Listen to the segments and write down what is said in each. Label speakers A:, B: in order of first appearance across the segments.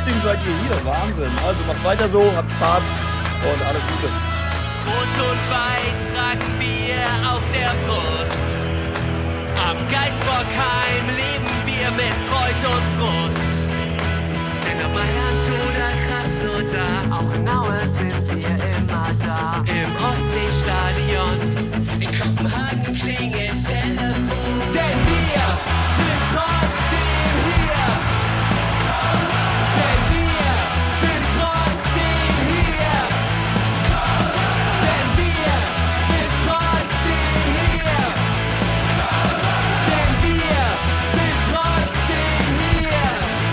A: trotzdem seid ihr hier. Wahnsinn. Also macht weiter so, habt Spaß und alles Gute.
B: Rot und Weiß tragen wir auf der Brust. Am Geisbockheim leben wir mit Freud und Frust. Denn ob Mailand oder Krasnodar, auch in Aue sind wir immer da. Im Ostseestadion, in Kopenhagen klingelt Telefon. Denn wir sind trotzdem hier. Denn wir sind trotzdem hier. Denn wir sind trotzdem hier. Denn wir sind trotzdem hier.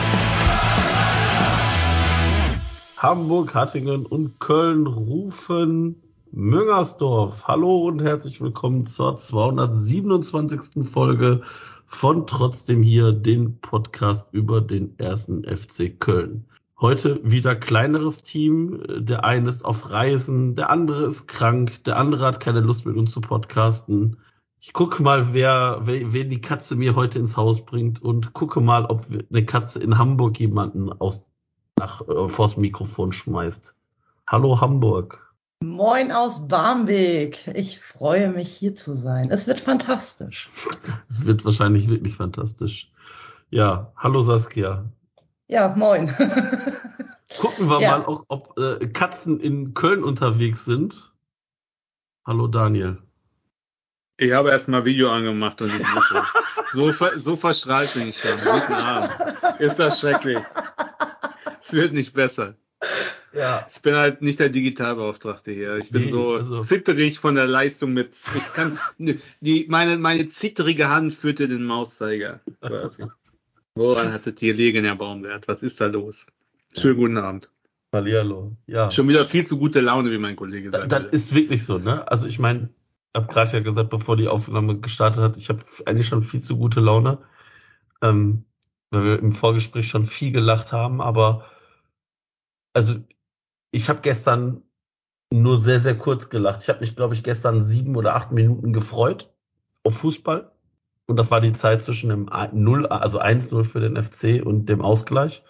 C: Hamburg, Hattingen und Köln rufen Müngersdorf. Hallo und herzlich willkommen zur 227. Folge von Trotzdem hier, den Podcast über den 1. FC Köln. Heute wieder kleineres Team. Der eine ist auf Reisen, der andere ist krank, der andere hat keine Lust mit uns zu podcasten. Ich gucke mal, wen die Katze mir heute ins Haus bringt und gucke mal, ob eine Katze in Hamburg jemanden vors Mikrofon schmeißt. Hallo Hamburg.
D: Moin aus Barmbek. Ich freue mich, hier zu sein. Es wird fantastisch.
C: Es wird wahrscheinlich wirklich fantastisch. Ja, hallo Saskia.
D: Ja, moin.
C: Gucken wir
D: Ja.
C: mal auch, ob Katzen in Köln unterwegs sind. Hallo Daniel.
E: Ich habe erstmal Video angemacht und ich so verstrahlt bin ich schon. Guten Abend. Ist das schrecklich. Es wird nicht besser.
C: Ja.
E: Ich bin halt nicht der Digitalbeauftragte hier. Ich bin
C: also
E: zitterig von der Leistung mit. Ich kann meine zitterige Hand führte den Mauszeiger quasi. Woran hat das hier liegen, Herr Baumgart? Was ist da los? Schönen guten Abend.
C: Hallihallo. Ja.
E: Schon wieder viel zu gute Laune, wie mein Kollege sagt.
C: Das ist wirklich so, ne? Also ich meine, ich habe gerade ja gesagt, bevor die Aufnahme gestartet hat, ich habe eigentlich schon viel zu gute Laune, weil wir im Vorgespräch schon viel gelacht haben, aber also ich habe gestern nur sehr, sehr kurz gelacht. Ich habe mich, glaube ich, gestern 7 oder 8 Minuten gefreut auf Fußball. Und das war die Zeit zwischen dem 0, also 1-0 für den FC und dem Ausgleich.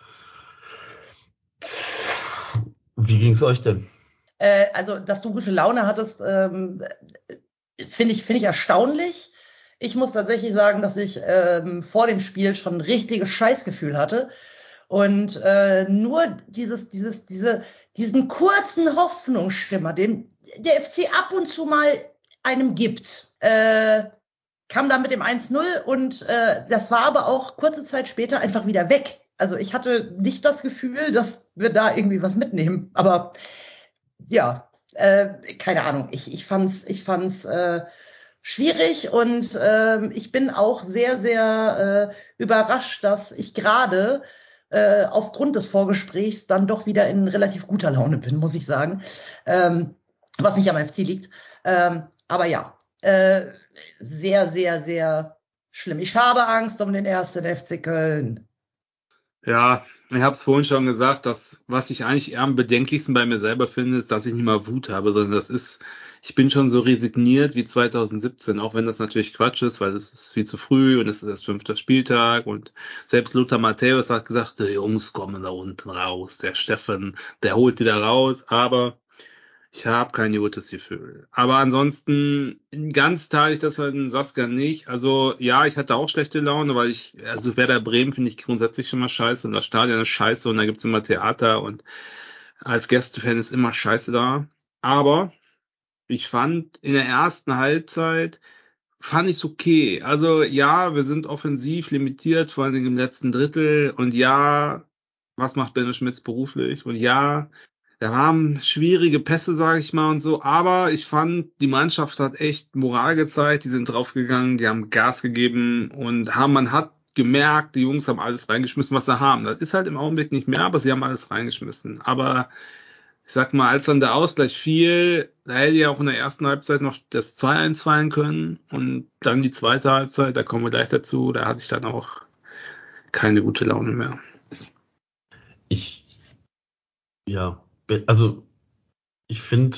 C: Wie ging's euch denn?
D: Also, dass du gute Laune hattest, finde ich erstaunlich. Ich muss tatsächlich sagen, dass ich vor dem Spiel schon ein richtiges Scheißgefühl hatte. Und nur diesen kurzen Hoffnungsschimmer, den der FC ab und zu mal einem gibt, kam dann mit dem 1-0 und das war aber auch kurze Zeit später einfach wieder weg. Also ich hatte nicht das Gefühl, dass wir da irgendwie was mitnehmen. Aber ja, keine Ahnung. Ich fand's schwierig und ich bin auch sehr, sehr überrascht, dass ich gerade aufgrund des Vorgesprächs dann doch wieder in relativ guter Laune bin, muss ich sagen. Was nicht am FC liegt. Aber ja, sehr, sehr, sehr schlimm. Ich habe Angst um den 1. FC Köln.
E: Ja, ich habe es vorhin schon gesagt, dass was ich eigentlich eher am bedenklichsten bei mir selber finde, ist, dass ich nicht mal Wut habe, sondern ich bin schon so resigniert wie 2017, auch wenn das natürlich Quatsch ist, weil es ist viel zu früh und es ist erst 5. Spieltag und selbst Lothar Matthäus hat gesagt, die Jungs kommen da unten raus, der Steffen, der holt die da raus, aber ich habe kein gutes Gefühl. Aber ansonsten, ganz teile ich das von Saskia nicht. Also ja, ich hatte auch schlechte Laune, weil also Werder Bremen finde ich grundsätzlich schon mal scheiße und das Stadion ist scheiße und da gibt's immer Theater und als Gästefan ist immer scheiße da. Aber ich fand in der ersten Halbzeit, fand ich's okay. Also ja, wir sind offensiv limitiert, vor allem im letzten Drittel und ja, was macht Benno Schmitz beruflich? Und ja, da waren schwierige Pässe, sage ich mal, und so. Aber ich fand, die Mannschaft hat echt Moral gezeigt. Die sind draufgegangen, die haben Gas gegeben und man hat gemerkt, die Jungs haben alles reingeschmissen, was sie haben. Das ist halt im Augenblick nicht mehr, aber sie haben alles reingeschmissen. Aber ich sag mal, als dann der Ausgleich fiel, da hätte ja auch in der ersten Halbzeit noch das 2-1 fallen können. Und dann die zweite Halbzeit, da kommen wir gleich dazu, da hatte ich dann auch keine gute Laune mehr.
C: Also ich finde,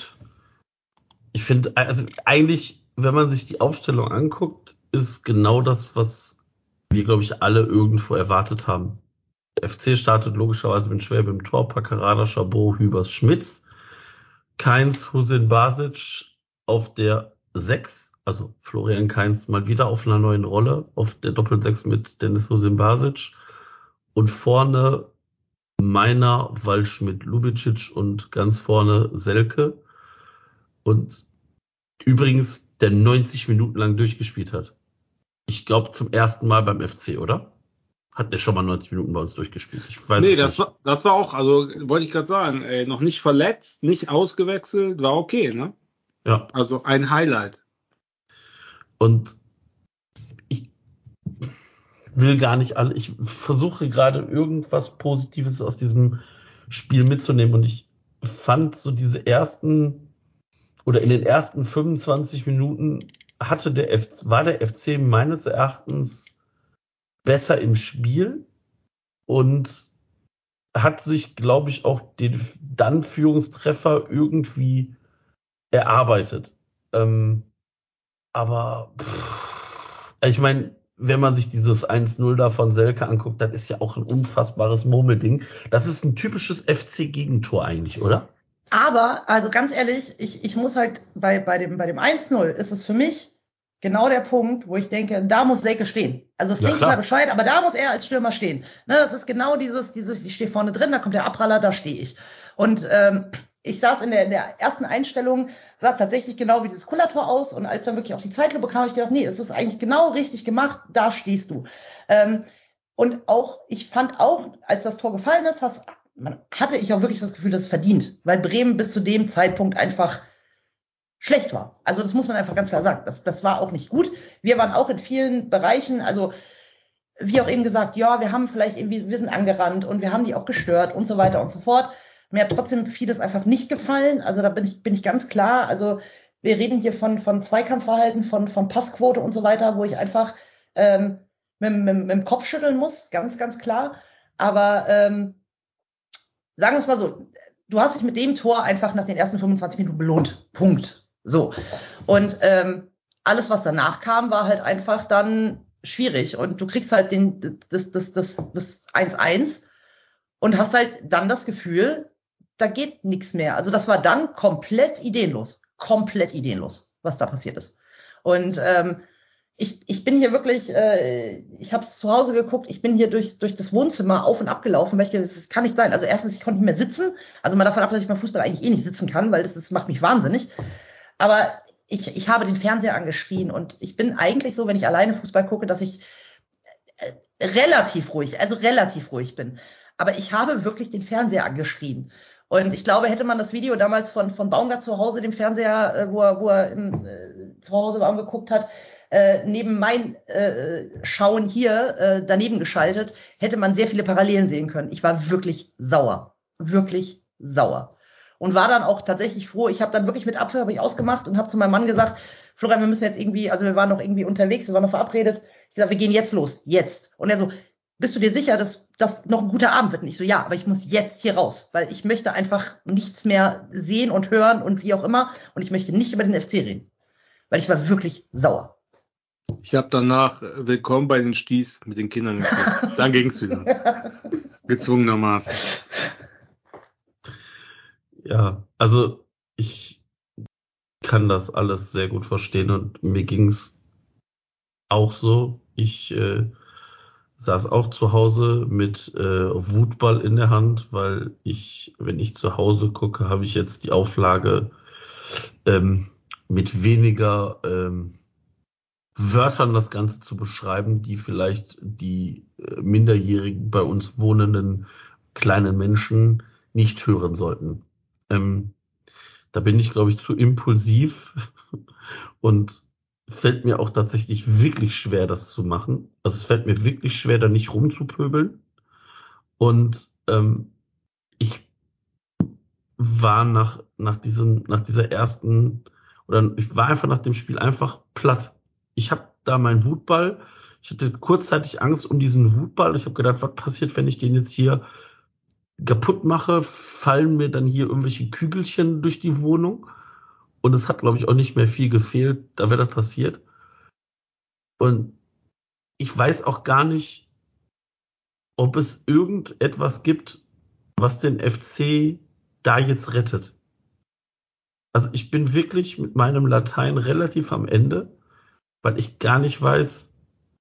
C: also eigentlich, wenn man sich die Aufstellung anguckt, ist genau das, was wir, glaube ich, alle irgendwo erwartet haben. Der FC startet logischerweise mit Schwäbe im Tor, Packerada, Chabot, Hübers, Schmitz, Kainz, Hussein Basic auf der 6, also Florian Kainz mal wieder auf einer neuen Rolle, auf der Doppel-6 mit Dennis Hussein Basic und vorne Meiner, Waldschmidt, Lubicic und ganz vorne Selke und übrigens der 90 Minuten lang durchgespielt hat. Ich glaube zum ersten Mal beim FC, oder? Hat der schon mal 90 Minuten bei uns durchgespielt? Ich weiß
E: Nee,
C: es nicht.
E: das war auch, also wollte ich gerade sagen, noch nicht verletzt, nicht ausgewechselt, war okay, ne?
C: Ja.
E: Also ein Highlight.
C: Und ich will gar nicht alle, ich versuche gerade irgendwas Positives aus diesem Spiel mitzunehmen und ich fand so diese ersten oder in den ersten 25 Minuten war der FC meines Erachtens besser im Spiel und hat sich, glaube ich, auch den dann Führungstreffer irgendwie erarbeitet. Aber ich meine, wenn man sich dieses 1-0 da von Selke anguckt, das ist ja auch ein unfassbares Murmelding. Das ist ein typisches FC-Gegentor eigentlich, oder?
D: Aber, also ganz ehrlich, ich muss halt bei dem 1-0 ist es für mich genau der Punkt, wo ich denke, da muss Selke stehen. Also es
C: Ja,
D: klingt
C: klar.
D: total bescheuert, aber da muss er als Stürmer stehen. Ne, das ist genau dieses, ich stehe vorne drin, da kommt der Abpraller, da stehe ich. Und ich saß in der ersten Einstellung, sah es tatsächlich genau wie dieses Kullertor aus. Und als dann wirklich auch die Zeitlupe kam, habe ich gedacht, nee, es ist eigentlich genau richtig gemacht, da stehst du. Und auch, ich fand auch, als das Tor gefallen ist, hatte ich auch wirklich das Gefühl, das ist verdient, weil Bremen bis zu dem Zeitpunkt einfach schlecht war. Also das muss man einfach ganz klar sagen. Das war auch nicht gut. Wir waren auch in vielen Bereichen, also wie auch eben gesagt, ja, wir haben vielleicht irgendwie, wir sind angerannt und wir haben die auch gestört und so weiter und so fort. Mir hat trotzdem vieles einfach nicht gefallen. Also da bin ich ganz klar. Also wir reden hier von Zweikampfverhalten, von Passquote und so weiter, wo ich einfach mit dem Kopf schütteln muss, ganz, ganz klar. Aber sagen wir es mal so, du hast dich mit dem Tor einfach nach den ersten 25 Minuten belohnt. Punkt. So. Und alles, was danach kam, war halt einfach dann schwierig. Und du kriegst halt das 1-1 und hast halt dann das Gefühl, da geht nichts mehr. Also das war dann komplett ideenlos, was da passiert ist. Und ich bin hier wirklich, ich habe es zu Hause geguckt, ich bin hier durch das Wohnzimmer auf und ab gelaufen, weil ich gedacht, das kann nicht sein. Also erstens, ich konnte nicht mehr sitzen. Also mal davon ab, dass ich beim Fußball eigentlich nicht sitzen kann, weil das macht mich wahnsinnig. Aber ich habe den Fernseher angeschrien und ich bin eigentlich so, wenn ich alleine Fußball gucke, dass ich relativ ruhig bin. Aber ich habe wirklich den Fernseher angeschrien. Und ich glaube, hätte man das Video damals von Baumgart zu Hause, dem Fernseher, wo er zu Hause warm geguckt hat, neben mein Schauen hier daneben geschaltet, hätte man sehr viele Parallelen sehen können. Ich war wirklich sauer. Wirklich sauer. Und war dann auch tatsächlich froh. Ich habe dann wirklich mit Apfel habe ich ausgemacht und habe zu meinem Mann gesagt, Florian, wir müssen jetzt irgendwie, also wir waren noch irgendwie unterwegs, wir waren noch verabredet. Ich sage, wir gehen jetzt los, jetzt. Und er so, bist du dir sicher, dass das noch ein guter Abend wird? Und ich so, ja, aber ich muss jetzt hier raus, weil ich möchte einfach nichts mehr sehen und hören und wie auch immer. Und ich möchte nicht über den FC reden, weil ich war wirklich sauer.
E: Ich habe danach Willkommen bei den Sties mit den Kindern geguckt. Dann ging's wieder. Gezwungenermaßen.
C: Ja, also ich kann das alles sehr gut verstehen und mir ging's auch so. Ich saß auch zu Hause mit Wutball in der Hand, weil wenn ich zu Hause gucke, habe ich jetzt die Auflage mit weniger Wörtern das Ganze zu beschreiben, die vielleicht die minderjährigen bei uns wohnenden kleinen Menschen nicht hören sollten. Da bin ich, glaube ich, zu impulsiv und fällt mir auch tatsächlich wirklich schwer, das zu machen. Also es fällt mir wirklich schwer, da nicht rumzupöbeln. Und ich war nach dieser ersten, oder ich war einfach nach dem Spiel einfach platt. Ich habe da meinen Wutball, ich hatte kurzzeitig Angst um diesen Wutball. Ich habe gedacht, was passiert, wenn ich den jetzt hier kaputt mache? Fallen mir dann hier irgendwelche Kügelchen durch die Wohnung? Und es hat, glaube ich, auch nicht mehr viel gefehlt, da wäre das passiert. Und ich weiß auch gar nicht, ob es irgendetwas gibt, was den FC da jetzt rettet. Also ich bin wirklich mit meinem Latein relativ am Ende, weil ich gar nicht weiß,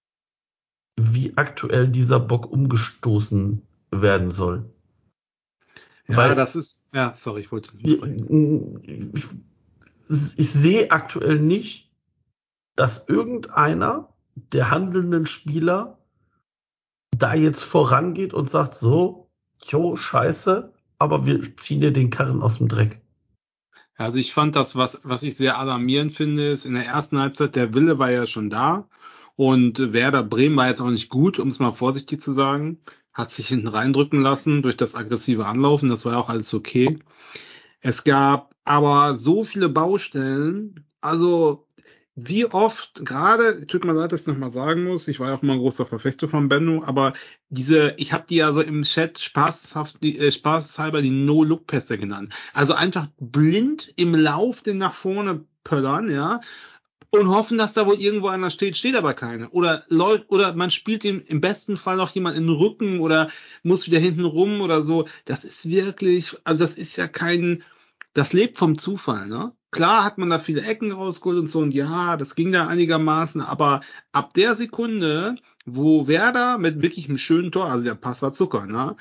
C: wie aktuell dieser Bock umgestoßen werden soll.
E: Ja,
C: Weil
E: sorry, ich wollte nicht unterbrechen.
C: ich sehe aktuell nicht, dass irgendeiner der handelnden Spieler da jetzt vorangeht und sagt so, jo, scheiße, aber wir ziehen dir den Karren aus dem Dreck.
E: Also ich fand das, was ich sehr alarmierend finde, ist in der ersten Halbzeit, der Wille war ja schon da und Werder Bremen war jetzt auch nicht gut, um es mal vorsichtig zu sagen, hat sich hinten reindrücken lassen durch das aggressive Anlaufen, das war ja auch alles okay. Es gab aber so viele Baustellen, also wie oft, gerade, tut mir leid, dass ich nochmal sagen muss, ich war ja auch immer ein großer Verfechter von Benno, aber ich habe die ja so im Chat spaßhalber die No-Look-Pässe genannt. Also einfach blind im Lauf den nach vorne pöllern, ja, und hoffen, dass da wohl irgendwo einer steht, steht aber keiner. Oder man spielt ihm im besten Fall noch jemand in den Rücken oder muss wieder hinten rum oder so. Das ist wirklich, also das ist ja das lebt vom Zufall, ne? Klar hat man da viele Ecken rausgeholt und so und ja, das ging da einigermaßen, aber ab der Sekunde, wo Werder mit wirklich einem schönen Tor, also der Pass war Zucker, ne?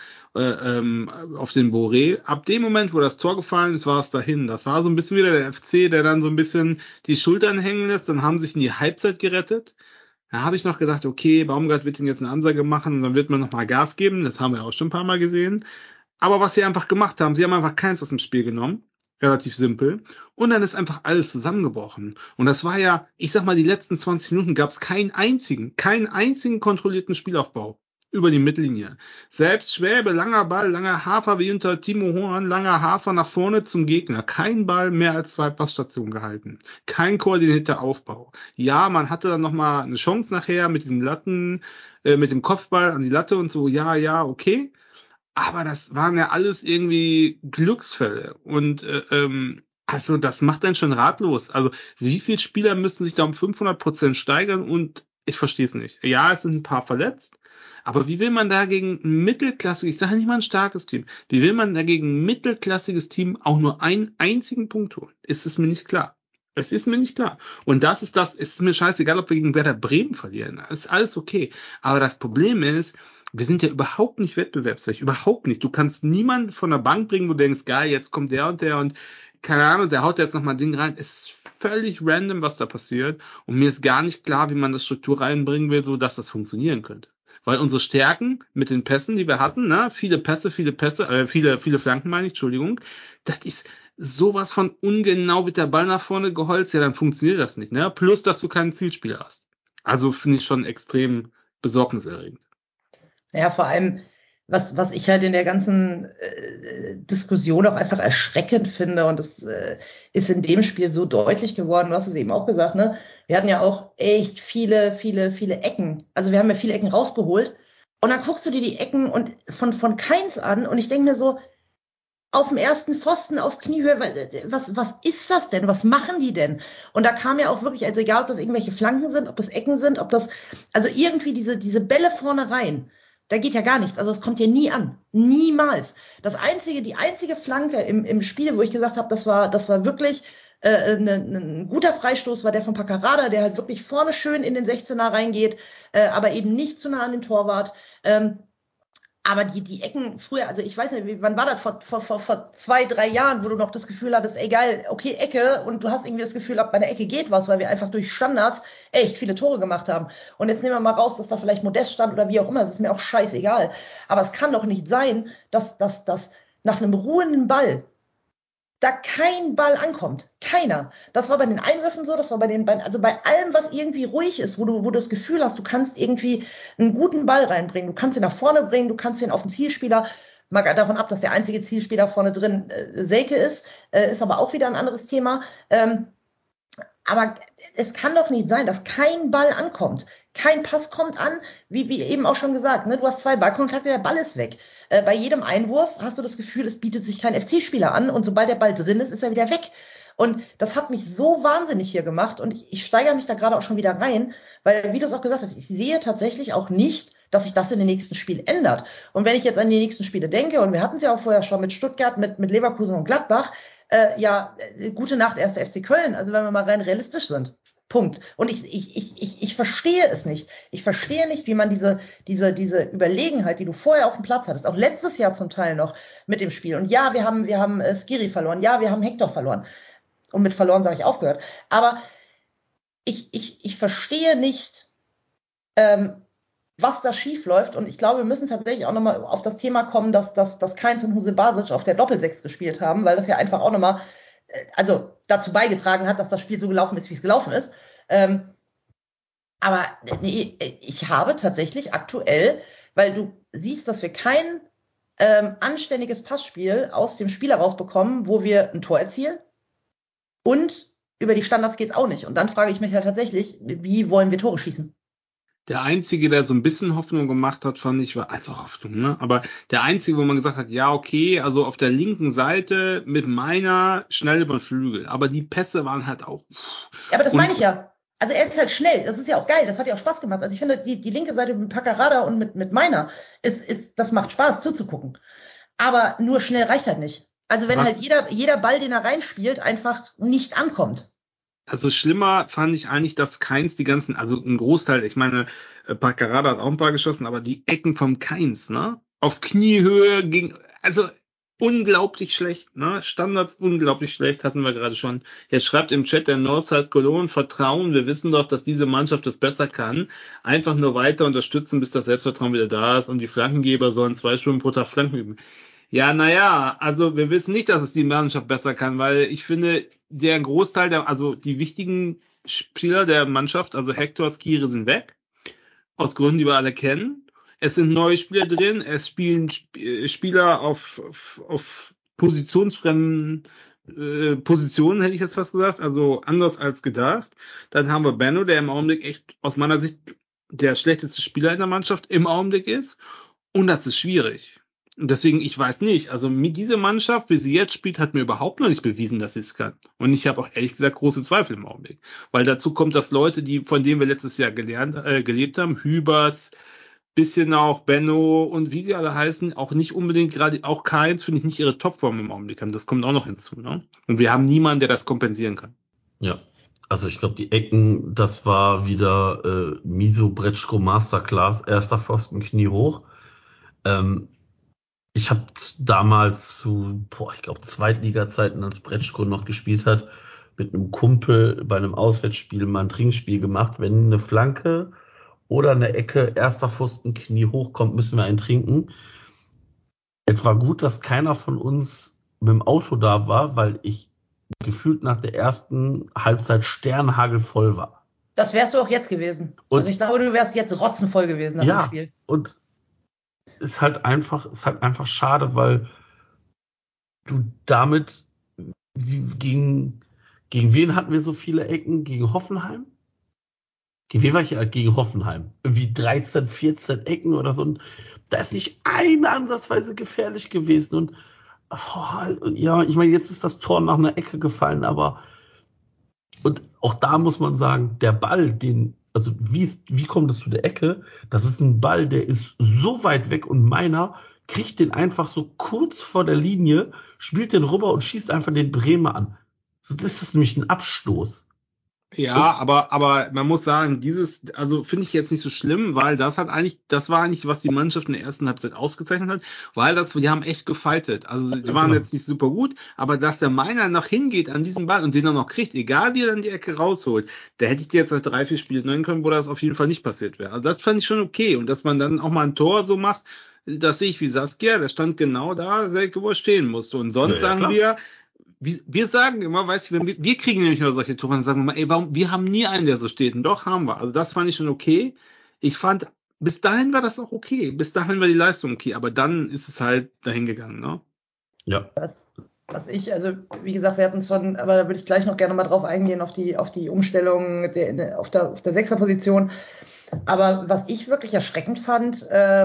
E: Auf den Boré, ab dem Moment, wo das Tor gefallen ist, war es dahin. Das war so ein bisschen wieder der FC, der dann so ein bisschen die Schultern hängen lässt, dann haben sich in die Halbzeit gerettet. Da habe ich noch gedacht, okay, Baumgart wird ihnen jetzt eine Ansage machen und dann wird man nochmal Gas geben, das haben wir auch schon ein paar Mal gesehen. Aber was sie einfach gemacht haben, sie haben einfach keins aus dem Spiel genommen. Relativ simpel. Und dann ist einfach alles zusammengebrochen. Und das war ja, ich sag mal, die letzten 20 Minuten gab es keinen einzigen kontrollierten Spielaufbau über die Mittellinie. Selbst Schwäbe, langer Ball, langer Hafer wie unter Timo Horn, langer Hafer nach vorne zum Gegner. Kein Ball mehr als 2 Passstationen gehalten. Kein koordinierter Aufbau. Ja, man hatte dann nochmal eine Chance nachher mit diesem mit dem Kopfball an die Latte und so. Ja, okay. Aber das waren ja alles irgendwie Glücksfälle. Und also das macht einen schon ratlos. Also wie viele Spieler müssen sich da um 500% steigern? Und ich verstehe es nicht. Ja, es sind ein paar verletzt. Aber wie will man dagegen ein mittelklassiges, ich sage nicht mal ein starkes Team, wie will man dagegen ein mittelklassiges Team auch nur einen einzigen Punkt holen? Ist es mir nicht klar. Es ist mir nicht klar. Und es ist mir scheißegal, ob wir gegen Werder Bremen verlieren. Das ist alles okay. Aber das Problem ist, wir sind ja überhaupt nicht wettbewerbsfähig. Überhaupt nicht. Du kannst niemanden von der Bank bringen, wo du denkst, geil, jetzt kommt der und keine Ahnung, der haut jetzt nochmal ein Ding rein. Es ist völlig random, was da passiert. Und mir ist gar nicht klar, wie man das Struktur reinbringen will, so dass das funktionieren könnte. Weil unsere Stärken mit den Pässen, die wir hatten, ne, viele Flanken meine ich, Entschuldigung, das ist sowas von ungenau mit der Ball nach vorne geholzt, ja, dann funktioniert das nicht, ne? Plus, dass du keinen Zielspieler hast. Also finde ich schon extrem besorgniserregend.
D: Ja, vor allem, was ich halt in der ganzen Diskussion auch einfach erschreckend finde, und das ist in dem Spiel so deutlich geworden, du hast es eben auch gesagt, ne? Wir hatten ja auch echt viele Ecken. Also wir haben ja viele Ecken rausgeholt. Und dann guckst du dir die Ecken und von keins an und ich denke mir so, auf dem ersten Pfosten auf Kniehöhe, was ist das denn? Was machen die denn? Und da kam ja auch wirklich, also egal, ob das irgendwelche Flanken sind, ob das Ecken sind, also irgendwie diese Bälle vorne rein, da geht ja gar nichts. Also es kommt ja nie an. Niemals. Die einzige Flanke im Spiel, wo ich gesagt habe, das war wirklich ein guter Freistoß, war der von Paccarada, der halt wirklich vorne schön in den 16er reingeht, aber eben nicht zu nah an den Torwart. Aber die Ecken früher, also ich weiß nicht, wann war das, vor 2-3 Jahren, wo du noch das Gefühl hattest, ey geil, okay, Ecke, und du hast irgendwie das Gefühl, ab bei der Ecke geht was, weil wir einfach durch Standards echt viele Tore gemacht haben. Und jetzt nehmen wir mal raus, dass da vielleicht Modest stand oder wie auch immer, das ist mir auch scheißegal. Aber es kann doch nicht sein, dass nach einem ruhenden Ball da kein Ball ankommt. Keiner. Das war bei den Einwürfen so, das war also bei allem, was irgendwie ruhig ist, wo du das Gefühl hast, du kannst irgendwie einen guten Ball reinbringen. Du kannst ihn nach vorne bringen, du kannst ihn auf den Zielspieler, mal davon ab, dass der einzige Zielspieler vorne drin Selke ist aber auch wieder ein anderes Thema. Aber es kann doch nicht sein, dass kein Ball ankommt. Kein Pass kommt an, wie eben auch schon gesagt, ne? Du hast 2 Ballkontakte, der Ball ist weg. Bei jedem Einwurf hast du das Gefühl, es bietet sich kein FC-Spieler an und sobald der Ball drin ist er wieder weg. Und das hat mich so wahnsinnig hier gemacht und ich steigere mich da gerade auch schon wieder rein, weil, wie du es auch gesagt hast, ich sehe tatsächlich auch nicht, dass sich das in den nächsten Spielen ändert. Und wenn ich jetzt an die nächsten Spiele denke, und wir hatten es ja auch vorher schon mit Stuttgart, mit Leverkusen und Gladbach, gute Nacht, 1. FC Köln, also wenn wir mal rein realistisch sind. Punkt. Und ich verstehe es nicht. Ich verstehe nicht, wie man diese Überlegenheit, die du vorher auf dem Platz hattest, auch letztes Jahr zum Teil noch mit dem Spiel. Und ja, wir haben Skiri verloren, ja, wir haben Hector verloren. Und mit verloren sage ich aufgehört. Aber ich verstehe nicht, was da schief läuft. Und ich glaube, wir müssen tatsächlich auch nochmal auf das Thema kommen, dass Kainz und Huse Basic auf der Doppelsechs gespielt haben, weil das ja einfach auch nochmal dazu beigetragen hat, dass das Spiel so gelaufen ist, wie es gelaufen ist. Aber nee, ich habe tatsächlich aktuell, weil du siehst, dass wir kein anständiges Passspiel aus dem Spiel herausbekommen, wo wir ein Tor erzielen. Und über die Standards geht's auch nicht. Und dann frage ich mich ja tatsächlich, wie wollen wir Tore schießen?
E: Der Einzige, der so ein bisschen Hoffnung gemacht hat, fand ich, war, also Hoffnung, ne? Aber der Einzige, wo man gesagt hat, ja, okay, also auf der linken Seite mit meiner schnell über den Flügel. Aber die Pässe waren halt auch.
D: Ja, aber das meine ich ja. Also er ist halt schnell. Das ist ja auch geil. Das hat ja auch Spaß gemacht. Also ich finde, die linke Seite mit Paccarada und mit meiner das macht Spaß zuzugucken. Aber nur schnell reicht halt nicht. Also wenn halt jeder Ball, den er reinspielt, einfach nicht ankommt.
E: Also schlimmer fand ich eigentlich, dass Kainz die ganzen, also ein Großteil, ich meine, Paccarada hat auch ein paar geschossen, aber die Ecken vom Kainz, ne? Auf Kniehöhe ging, also unglaublich schlecht, ne? Standards unglaublich schlecht, hatten wir gerade schon. Er schreibt im Chat, der Northside Cologne, Vertrauen, wir wissen doch, dass diese Mannschaft das besser kann. Einfach nur weiter unterstützen, bis das Selbstvertrauen wieder da ist und die Flankengeber sollen 2 Stunden pro Tag Flanken üben. Ja, naja, also wir wissen nicht, dass es die Mannschaft besser kann, weil ich finde, der Großteil also die wichtigen Spieler der Mannschaft, also Hector, Skiri sind weg, aus Gründen, die wir alle kennen. Es sind neue Spieler drin, es spielen Spieler auf positionsfremden Positionen, hätte ich jetzt fast gesagt, also anders als gedacht. Dann haben wir Benno, der im Augenblick echt aus meiner Sicht der schlechteste Spieler in der Mannschaft im Augenblick ist. Und das ist schwierig. Und deswegen, ich weiß nicht, also mit dieser Mannschaft, wie sie jetzt spielt, hat mir überhaupt noch nicht bewiesen, dass sie es kann. Und ich habe auch ehrlich gesagt große Zweifel im Augenblick. Weil dazu kommt, dass Leute, von denen wir letztes Jahr gelebt haben, Hübers, bisschen auch Benno und wie sie alle heißen, auch nicht unbedingt gerade, auch Kainz, finde ich, nicht ihre Topform im Augenblick haben. Das kommt auch noch hinzu, ne? Und wir haben niemanden, der das kompensieren kann.
C: Ja, also ich glaube, die Ecken, das war wieder Miso Bretschko Masterclass, erster Pfosten, Knie hoch. Ich habe damals ich glaube, Zweitliga-Zeiten, als Bretschko noch gespielt hat, mit einem Kumpel bei einem Auswärtsspiel mal ein Trinkspiel gemacht. Wenn eine Flanke oder eine Ecke, erster Pfosten, Knie hoch kommt, müssen wir einen trinken. Es war gut, dass keiner von uns mit dem Auto da war, weil ich gefühlt nach der ersten Halbzeit sternhagelvoll war.
D: Das wärst du auch jetzt gewesen.
C: Und
D: also ich glaube, du wärst jetzt rotzenvoll gewesen nach dem Spiel.
C: Und ist halt einfach schade, weil du damit gegen wen hatten wir so viele Ecken? Gegen Hoffenheim? Gegen wen war ich? Gegen Hoffenheim. Irgendwie 13, 14 Ecken oder so. Und da ist nicht eine ansatzweise gefährlich gewesen. Und ja, ich meine, jetzt ist das Tor nach einer Ecke gefallen, aber und auch da muss man sagen, der Ball, also wie kommt es zu der Ecke? Das ist ein Ball, der ist so weit weg und meiner kriegt den einfach so kurz vor der Linie, spielt den rüber und schießt einfach den Bremer an. So, das ist nämlich ein Abstoß.
E: Ja, aber man muss sagen, also finde ich jetzt nicht so schlimm, weil das war eigentlich, was die Mannschaft in der ersten Halbzeit ausgezeichnet hat, weil die haben echt gefightet. Also die waren jetzt nicht super gut, aber dass der Meiner noch hingeht an diesen Ball und den er noch kriegt, egal wie er dann die Ecke rausholt, da hätte ich dir jetzt nach 3, 4 Spiele nennen können, wo das auf jeden Fall nicht passiert wäre. Also das fand ich schon okay. Und dass man dann auch mal ein Tor so macht, das sehe ich wie Saskia, der stand genau da, Selke, wo er stehen musste. Und sonst sagen wir sagen immer, weißt du, wir kriegen nämlich nur solche Tore und sagen immer, wir haben nie einen, der so steht. Und doch haben wir. Also das fand ich schon okay. Ich fand, bis dahin war das auch okay. Bis dahin war die Leistung okay. Aber dann ist es halt dahin gegangen, ne?
D: Ja. Also wie gesagt, wir hatten es schon, aber da würde ich gleich noch gerne mal drauf eingehen, auf die Umstellung auf der Sechserposition. Aber was ich wirklich erschreckend fand,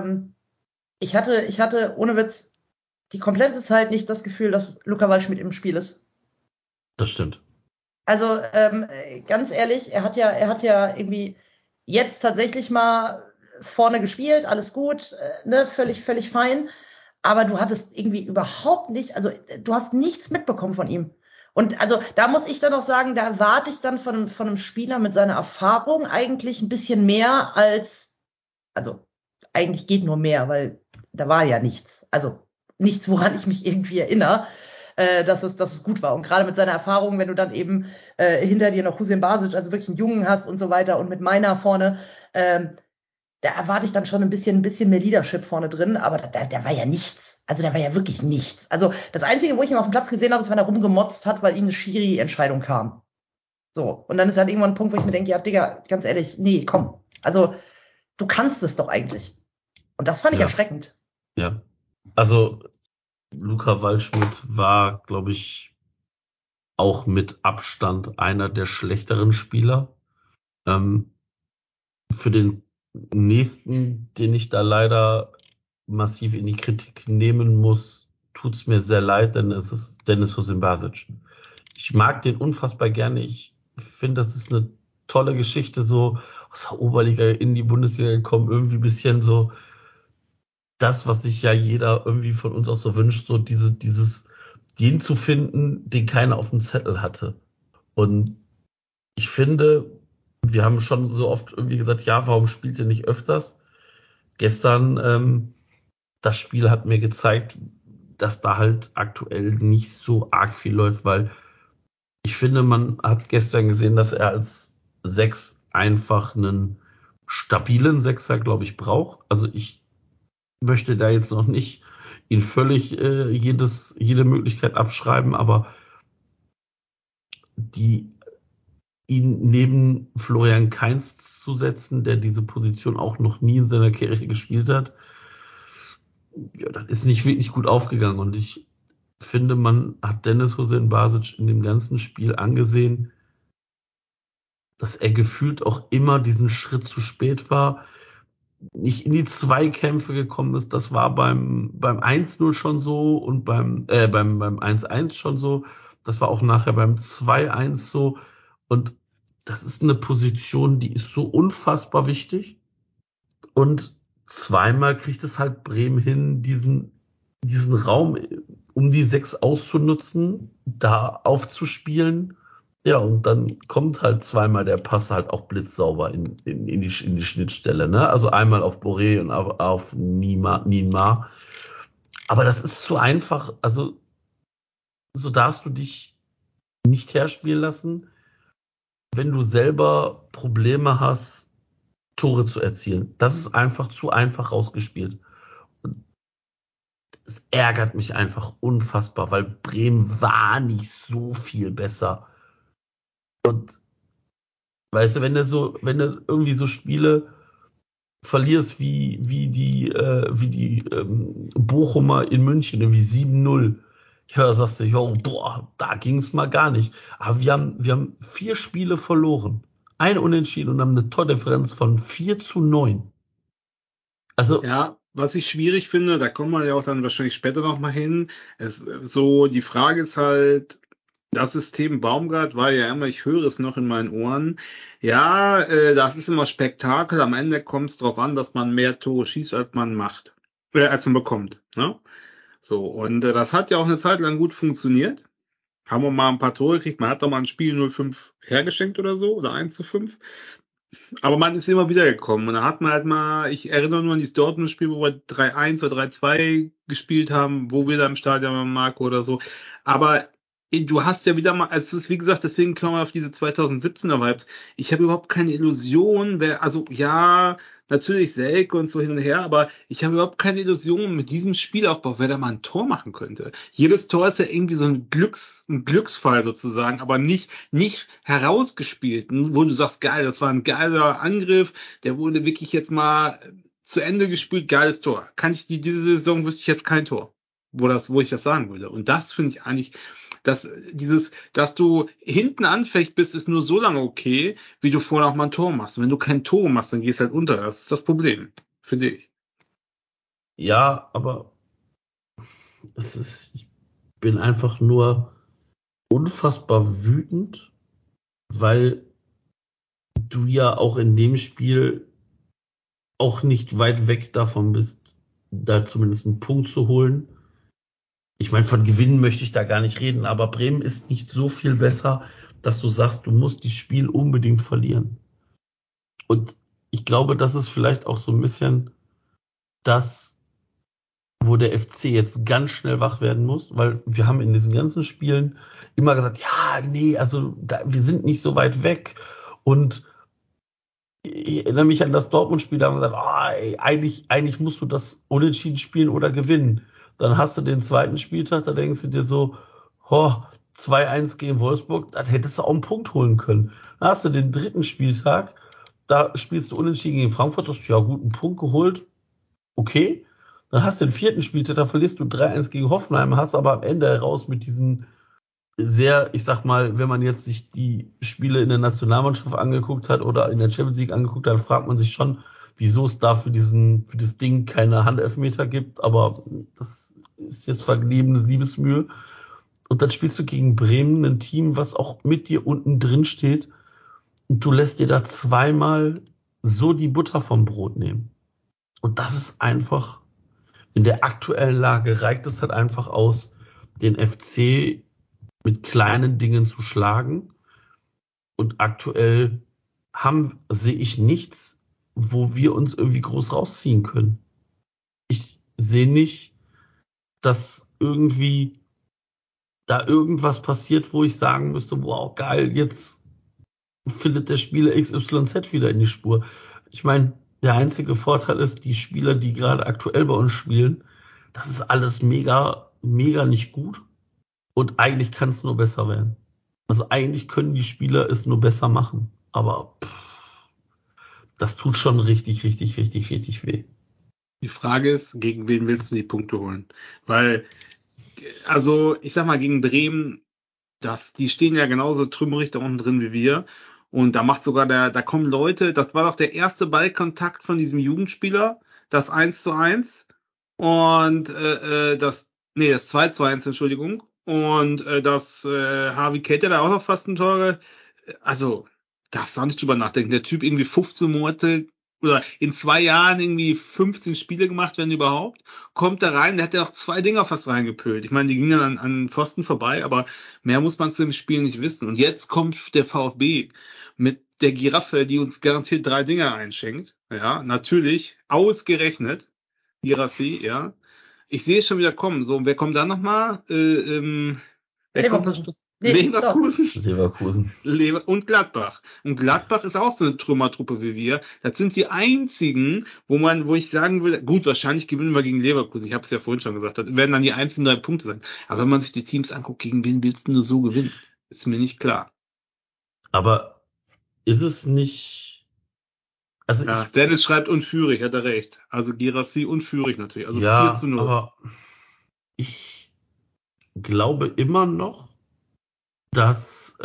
D: ich hatte ohne Witz die komplette Zeit nicht das Gefühl, dass Luca Waldschmidt im Spiel ist.
C: Das stimmt.
D: Also ganz ehrlich, er hat ja irgendwie jetzt tatsächlich mal vorne gespielt, alles gut, ne, völlig fein. Aber du hattest irgendwie überhaupt nicht, also du hast nichts mitbekommen von ihm. Und also da muss ich dann auch sagen, da erwarte ich dann von einem Spieler mit seiner Erfahrung eigentlich ein bisschen mehr als, also eigentlich geht nur mehr, weil da war ja nichts. Also nichts, woran ich mich irgendwie erinnere, dass es gut war. Und gerade mit seiner Erfahrung, wenn du dann eben hinter dir noch Hüseyin Basic, also wirklich einen Jungen hast und so weiter und mit Meiner vorne, da erwarte ich dann schon ein bisschen mehr Leadership vorne drin, aber da war ja nichts. Also da war ja wirklich nichts. Also das Einzige, wo ich ihn auf dem Platz gesehen habe, ist, wenn er rumgemotzt hat, weil ihm eine Schiri-Entscheidung kam. So. Und dann ist halt irgendwann ein Punkt, wo ich mir denke, ja, Digga, ganz ehrlich, nee, komm. Also du kannst es doch eigentlich. Und das fand ich erschreckend.
C: Ja. Also Luca Waldschmidt war, glaube ich, auch mit Abstand einer der schlechteren Spieler. Für den nächsten, den ich da leider massiv in die Kritik nehmen muss, tut's mir sehr leid, denn es ist Dennis Hüseyin Basic. Ich mag den unfassbar gerne. Ich finde, das ist eine tolle Geschichte, so aus der Oberliga in die Bundesliga gekommen, irgendwie ein bisschen so das, was sich ja jeder irgendwie von uns auch so wünscht, so den zu finden, den keiner auf dem Zettel hatte. Und ich finde, wir haben schon so oft irgendwie gesagt, ja, warum spielt ihr nicht öfters? Gestern, das Spiel hat mir gezeigt, dass da halt aktuell nicht so arg viel läuft, weil ich finde, man hat gestern gesehen, dass er als Sechs einfach einen stabilen Sechser, glaube ich, braucht. Also ich möchte da jetzt noch nicht ihn völlig jede Möglichkeit abschreiben, aber ihn neben Florian Kainz zu setzen, der diese Position auch noch nie in seiner Karriere gespielt hat, ja, das ist nicht wirklich gut aufgegangen. Und ich finde, man hat Dennis Hüseyin Basic in dem ganzen Spiel angesehen, dass er gefühlt auch immer diesen Schritt zu spät war, nicht in die Zweikämpfe gekommen ist. Das war beim 1-0 schon so und beim 1-1 schon so. Das war auch nachher beim 2-1 so. Und das ist eine Position, die ist so unfassbar wichtig. Und zweimal kriegt es halt Bremen hin, diesen Raum um die 6 auszunutzen, da aufzuspielen. Ja, und dann kommt halt zweimal der Pass halt auch blitzsauber in die Schnittstelle, ne? Also einmal auf Boré und auf Niemann. Aber das ist zu einfach, also so darfst du dich nicht herspielen lassen, wenn du selber Probleme hast, Tore zu erzielen. Das ist einfach zu einfach rausgespielt. Und es ärgert mich einfach unfassbar, weil Bremen war nicht so viel besser. Und weißt du, wenn du irgendwie so Spiele verlierst wie die Bochumer in München, wie 7-0, ja, da sagst du, jo, boah, da ging es mal gar nicht. Aber wir haben 4 Spiele verloren, ein Unentschieden und haben eine Tordifferenz von 4-9. Also,
E: Ja, was ich schwierig finde, da kommen wir ja auch dann wahrscheinlich später noch mal hin. So, die Frage ist halt, das System Baumgart war ja immer, ich höre es noch in meinen Ohren. Ja, das ist immer Spektakel. Am Ende kommt es darauf an, dass man mehr Tore schießt, als man macht, als man bekommt. Ne? So, und das hat ja auch eine Zeit lang gut funktioniert. Haben wir mal ein paar Tore gekriegt. Man hat doch mal ein Spiel 0-5 hergeschenkt oder so, oder 1-5. Aber man ist immer wieder gekommen. Und da hat man halt mal, ich erinnere nur an dieses Dortmund-Spiel, wo wir 3-1 oder 3-2 gespielt haben, wo wir da im Stadion waren, Marco oder so. Aber du hast ja wieder mal, also es ist wie gesagt, deswegen kommen wir auf diese 2017er Vibes. Ich habe überhaupt keine Illusion, also ja, natürlich Selke und so hin und her, aber ich habe überhaupt keine Illusion mit diesem Spielaufbau, wer da mal ein Tor machen könnte. Jedes Tor ist ja irgendwie so ein Glücksfall sozusagen, aber nicht herausgespielt, wo du sagst, geil, das war ein geiler Angriff, der wurde wirklich jetzt mal zu Ende gespielt, geiles Tor. Diese Saison wüsste ich jetzt kein Tor, wo ich das sagen würde. Und das finde ich eigentlich, dass du hinten anfecht bist, ist nur so lange okay, wie du vorher auch mal ein Tor machst. Und wenn du kein Tor machst, dann gehst du halt unter. Das ist das Problem, finde ich.
C: ja, aber ich bin einfach nur unfassbar wütend, weil du ja auch in dem Spiel auch nicht weit weg davon bist, da zumindest einen Punkt zu holen. Ich meine, von Gewinnen möchte ich da gar nicht reden, aber Bremen ist nicht so viel besser, dass du sagst, du musst das Spiel unbedingt verlieren. Und ich glaube, das ist vielleicht auch so ein bisschen das, wo der FC jetzt ganz schnell wach werden muss, weil wir haben in diesen ganzen Spielen immer gesagt, ja, nee, also wir sind nicht so weit weg. Und ich erinnere mich an das Dortmund-Spiel, da haben wir gesagt, eigentlich musst du das unentschieden spielen oder gewinnen. Dann hast du den zweiten Spieltag, da denkst du dir so, 2-1 gegen Wolfsburg, das hättest du auch einen Punkt holen können. Dann hast du den dritten Spieltag, da spielst du unentschieden gegen Frankfurt, hast du ja gut einen Punkt geholt, okay. Dann hast du den vierten Spieltag, da verlierst du 3-1 gegen Hoffenheim, hast aber am Ende heraus mit diesen sehr, ich sag mal, wenn man jetzt sich die Spiele in der Nationalmannschaft angeguckt hat oder in der Champions League angeguckt hat, fragt man sich schon, wieso es da für das Ding keine Handelfmeter gibt, aber das ist jetzt vergebene Liebesmühe. Und dann spielst du gegen Bremen, ein Team, was auch mit dir unten drin steht, und du lässt dir da zweimal so die Butter vom Brot nehmen. Und das ist einfach, in der aktuellen Lage reicht es halt einfach aus, den FC mit kleinen Dingen zu schlagen. Und aktuell sehe ich nichts, wo wir uns irgendwie groß rausziehen können. Ich sehe nicht, dass irgendwie da irgendwas passiert, wo ich sagen müsste, wow, geil, jetzt findet der Spieler XYZ wieder in die Spur. Ich meine, der einzige Vorteil ist, die Spieler, die gerade aktuell bei uns spielen, das ist alles mega, mega nicht gut. Und eigentlich kann es nur besser werden. Also eigentlich können die Spieler es nur besser machen. Aber das tut schon richtig, richtig, richtig, richtig weh.
E: Die Frage ist, gegen wen willst du die Punkte holen? Weil, also ich sag mal, gegen Bremen, die stehen ja genauso trümmerig da unten drin wie wir. Und da kommen Leute, das war doch der erste Ballkontakt von diesem Jugendspieler, das 1:1 und das 2:1, Entschuldigung. Und Harvey Keita da auch noch fast ein Tor. Also, darfst du auch nicht drüber nachdenken. Der Typ irgendwie 15 Monate oder in 2 Jahren irgendwie 15 Spiele gemacht, wenn überhaupt, kommt da rein, der hat ja auch 2 Dinger fast reingepölt. Ich meine, die gingen dann an Pfosten vorbei, aber mehr muss man zu dem Spiel nicht wissen. Und jetzt kommt der VfB mit der Giraffe, die uns garantiert 3 Dinger einschenkt. Ja, natürlich, ausgerechnet. Girassi, ja. Ich sehe es schon wieder kommen. So, wer kommt da nochmal? Wer kommt
D: Leverkusen.
E: noch?
D: Nee,
E: Leverkusen.
C: Leverkusen.
E: Und Gladbach. Und Gladbach ist auch so eine Trümmertruppe wie wir. Das sind die einzigen, wo ich sagen würde, gut, wahrscheinlich gewinnen wir gegen Leverkusen. Ich habe es ja vorhin schon gesagt. Das werden dann die einzigen 3 Punkte sein. Aber wenn man sich die Teams anguckt, gegen wen willst du nur so gewinnen? Ist mir nicht klar.
C: Aber ist es nicht, also
E: Ja, Dennis schreibt und Führig, hat er recht. Also Girassi und Führig natürlich. Also 4:0.
C: aber ich glaube immer noch, dass,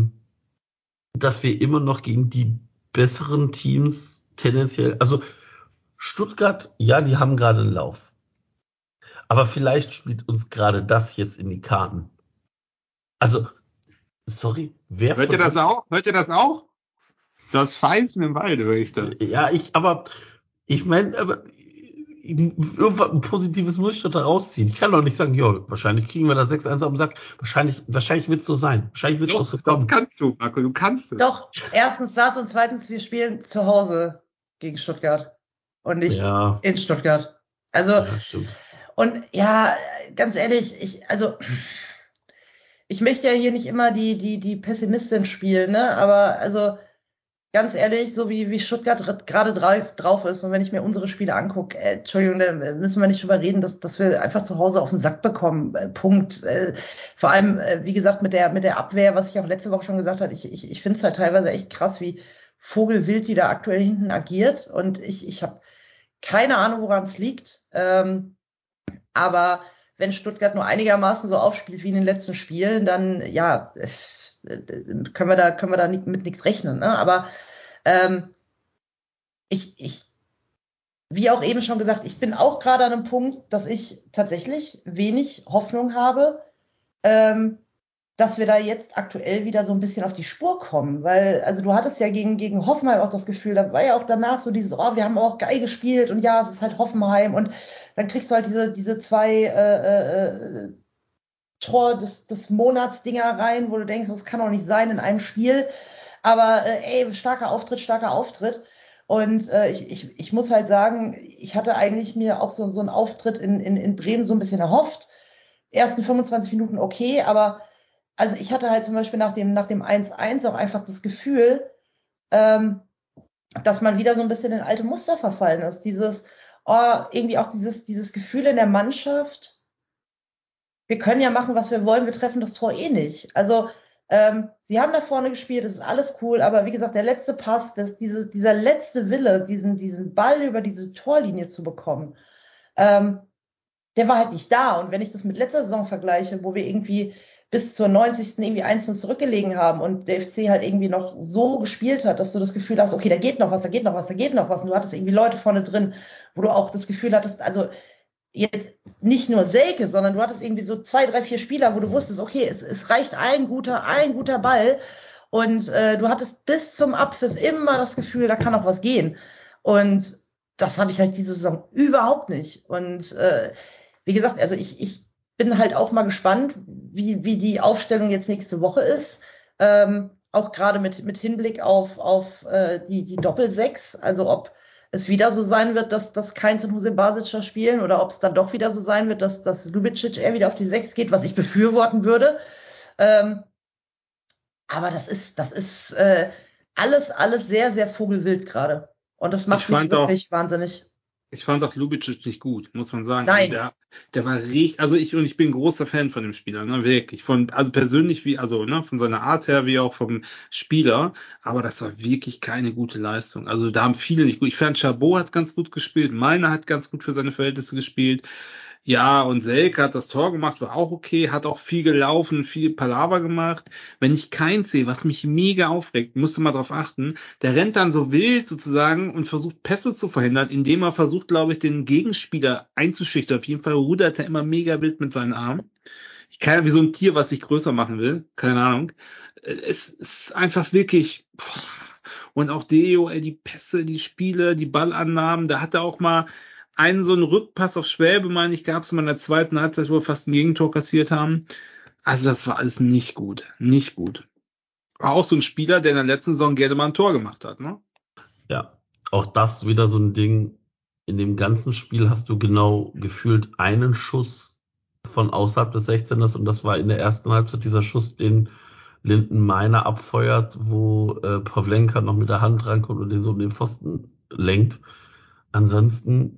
C: dass wir immer noch gegen die besseren Teams tendenziell, also Stuttgart, ja, die haben gerade einen Lauf. Aber vielleicht spielt uns gerade das jetzt in die Karten. Also, sorry, wer
E: Hört ihr
C: von
E: das
C: uns,
E: auch? Hört ihr das auch? Das Pfeifen im Walde, höre ich da.
C: ja, ich meine, aber irgendwas Positives muss ich doch da rausziehen. Ich kann doch nicht sagen, ja, wahrscheinlich kriegen wir da 6-1 am Sack. Wahrscheinlich wird es so sein. Wahrscheinlich wird es auch so
E: Doch, das
C: kommen.
E: kannst du, Marco, du kannst es.
D: doch, erstens das und zweitens, wir spielen zu Hause gegen Stuttgart und nicht
C: Ja,
D: in Stuttgart. Also,
C: ja, stimmt.
D: und ja, ganz ehrlich, ich möchte ja hier nicht immer die Pessimistin spielen, ne? Aber also ganz ehrlich, so wie Stuttgart gerade drauf ist und wenn ich mir unsere Spiele angucke, Entschuldigung, da müssen wir nicht drüber reden, dass wir einfach zu Hause auf den Sack bekommen. Punkt. Vor allem, wie gesagt, mit der Abwehr, was ich auch letzte Woche schon gesagt habe, ich finde es halt teilweise echt krass, wie Vogelwild die da aktuell hinten agiert. Und ich habe keine Ahnung, woran es liegt. Aber wenn Stuttgart nur einigermaßen so aufspielt wie in den letzten Spielen, dann ja, können wir da mit nichts rechnen. Ne? Aber ich, wie auch eben schon gesagt, ich bin auch gerade an einem Punkt, dass ich tatsächlich wenig Hoffnung habe, ähm, dass wir da jetzt aktuell wieder so ein bisschen auf die Spur kommen, weil, also du hattest ja gegen Hoffenheim auch das Gefühl, da war ja auch danach so dieses, oh, wir haben auch geil gespielt und ja, es ist halt Hoffenheim und dann kriegst du halt diese zwei Tor des Monats-Dinger rein, wo du denkst, das kann doch nicht sein in einem Spiel, aber ey, starker Auftritt. Und ich muss halt sagen, ich hatte eigentlich mir auch so einen Auftritt in Bremen so ein bisschen erhofft. Ersten 25 Minuten okay, aber also ich hatte halt zum Beispiel nach dem 1:1 auch einfach das Gefühl, dass man wieder so ein bisschen in alte Muster verfallen ist. Irgendwie auch dieses Gefühl in der Mannschaft, wir können ja machen, was wir wollen, wir treffen das Tor eh nicht. Also sie haben da vorne gespielt, das ist alles cool, aber wie gesagt, der letzte Pass, dieser letzte Wille, diesen Ball über diese Torlinie zu bekommen, der war halt nicht da. Und wenn ich das mit letzter Saison vergleiche, wo wir irgendwie bis zur 90. irgendwie 1:0 zurückgelegen haben und der FC halt irgendwie noch so gespielt hat, dass du das Gefühl hast, okay, da geht noch was. Und du hattest irgendwie Leute vorne drin, wo du auch das Gefühl hattest, also jetzt nicht nur Selke, sondern du hattest irgendwie so 2, 3, 4 Spieler, wo du wusstest, okay, es reicht ein guter Ball. Und du hattest bis zum Abpfiff immer das Gefühl, da kann auch was gehen. Und das habe ich halt diese Saison überhaupt nicht. Und wie gesagt, also ich bin halt auch mal gespannt, wie die Aufstellung jetzt nächste Woche ist. Auch gerade mit Hinblick auf die Doppelsechs. Also ob es wieder so sein wird, dass Kainz und Hussein-Basic spielen oder ob es dann doch wieder so sein wird, dass Lubicic eher wieder auf die 6 geht, was ich befürworten würde. Aber das ist alles sehr, sehr vogelwild gerade. Und das macht mich wirklich wahnsinnig.
E: Ich fand auch Lubicic nicht gut, muss man sagen.
D: Nein.
E: Also der war richtig, also ich bin großer Fan von dem Spieler, ne, wirklich. Also persönlich ne, von seiner Art her, wie auch vom Spieler. Aber das war wirklich keine gute Leistung. Also da haben viele nicht gut. Ich fand, Chabot hat ganz gut gespielt. Meiner hat ganz gut für seine Verhältnisse gespielt. Ja, und Selke hat das Tor gemacht, war auch okay, hat auch viel gelaufen, viel Palaver gemacht. Wenn ich Keins sehe, was mich mega aufregt, musst du mal drauf achten, der rennt dann so wild sozusagen und versucht Pässe zu verhindern, indem er versucht, glaube ich, den Gegenspieler einzuschüchtern. Auf jeden Fall rudert er immer mega wild mit seinen Armen. Ich kann ja wie so ein Tier, was sich größer machen will, keine Ahnung. Es ist einfach wirklich, und auch Deo, die Pässe, die Spiele, die Ballannahmen, da hat er auch mal so einen Rückpass auf Schwäbe, meine ich, gab es mal in der zweiten Halbzeit, wo wir fast ein Gegentor kassiert haben. Also das war alles nicht gut. Nicht gut. War auch so ein Spieler, der in der letzten Saison gerne mal ein Tor gemacht hat, ne?
C: Ja, auch das wieder so ein Ding. In dem ganzen Spiel hast du genau gefühlt einen Schuss von außerhalb des 16ers und das war in der ersten Halbzeit dieser Schuss, den Linden Meiner abfeuert, wo Pavlenka noch mit der Hand rankommt und den so um den Pfosten lenkt. Ansonsten,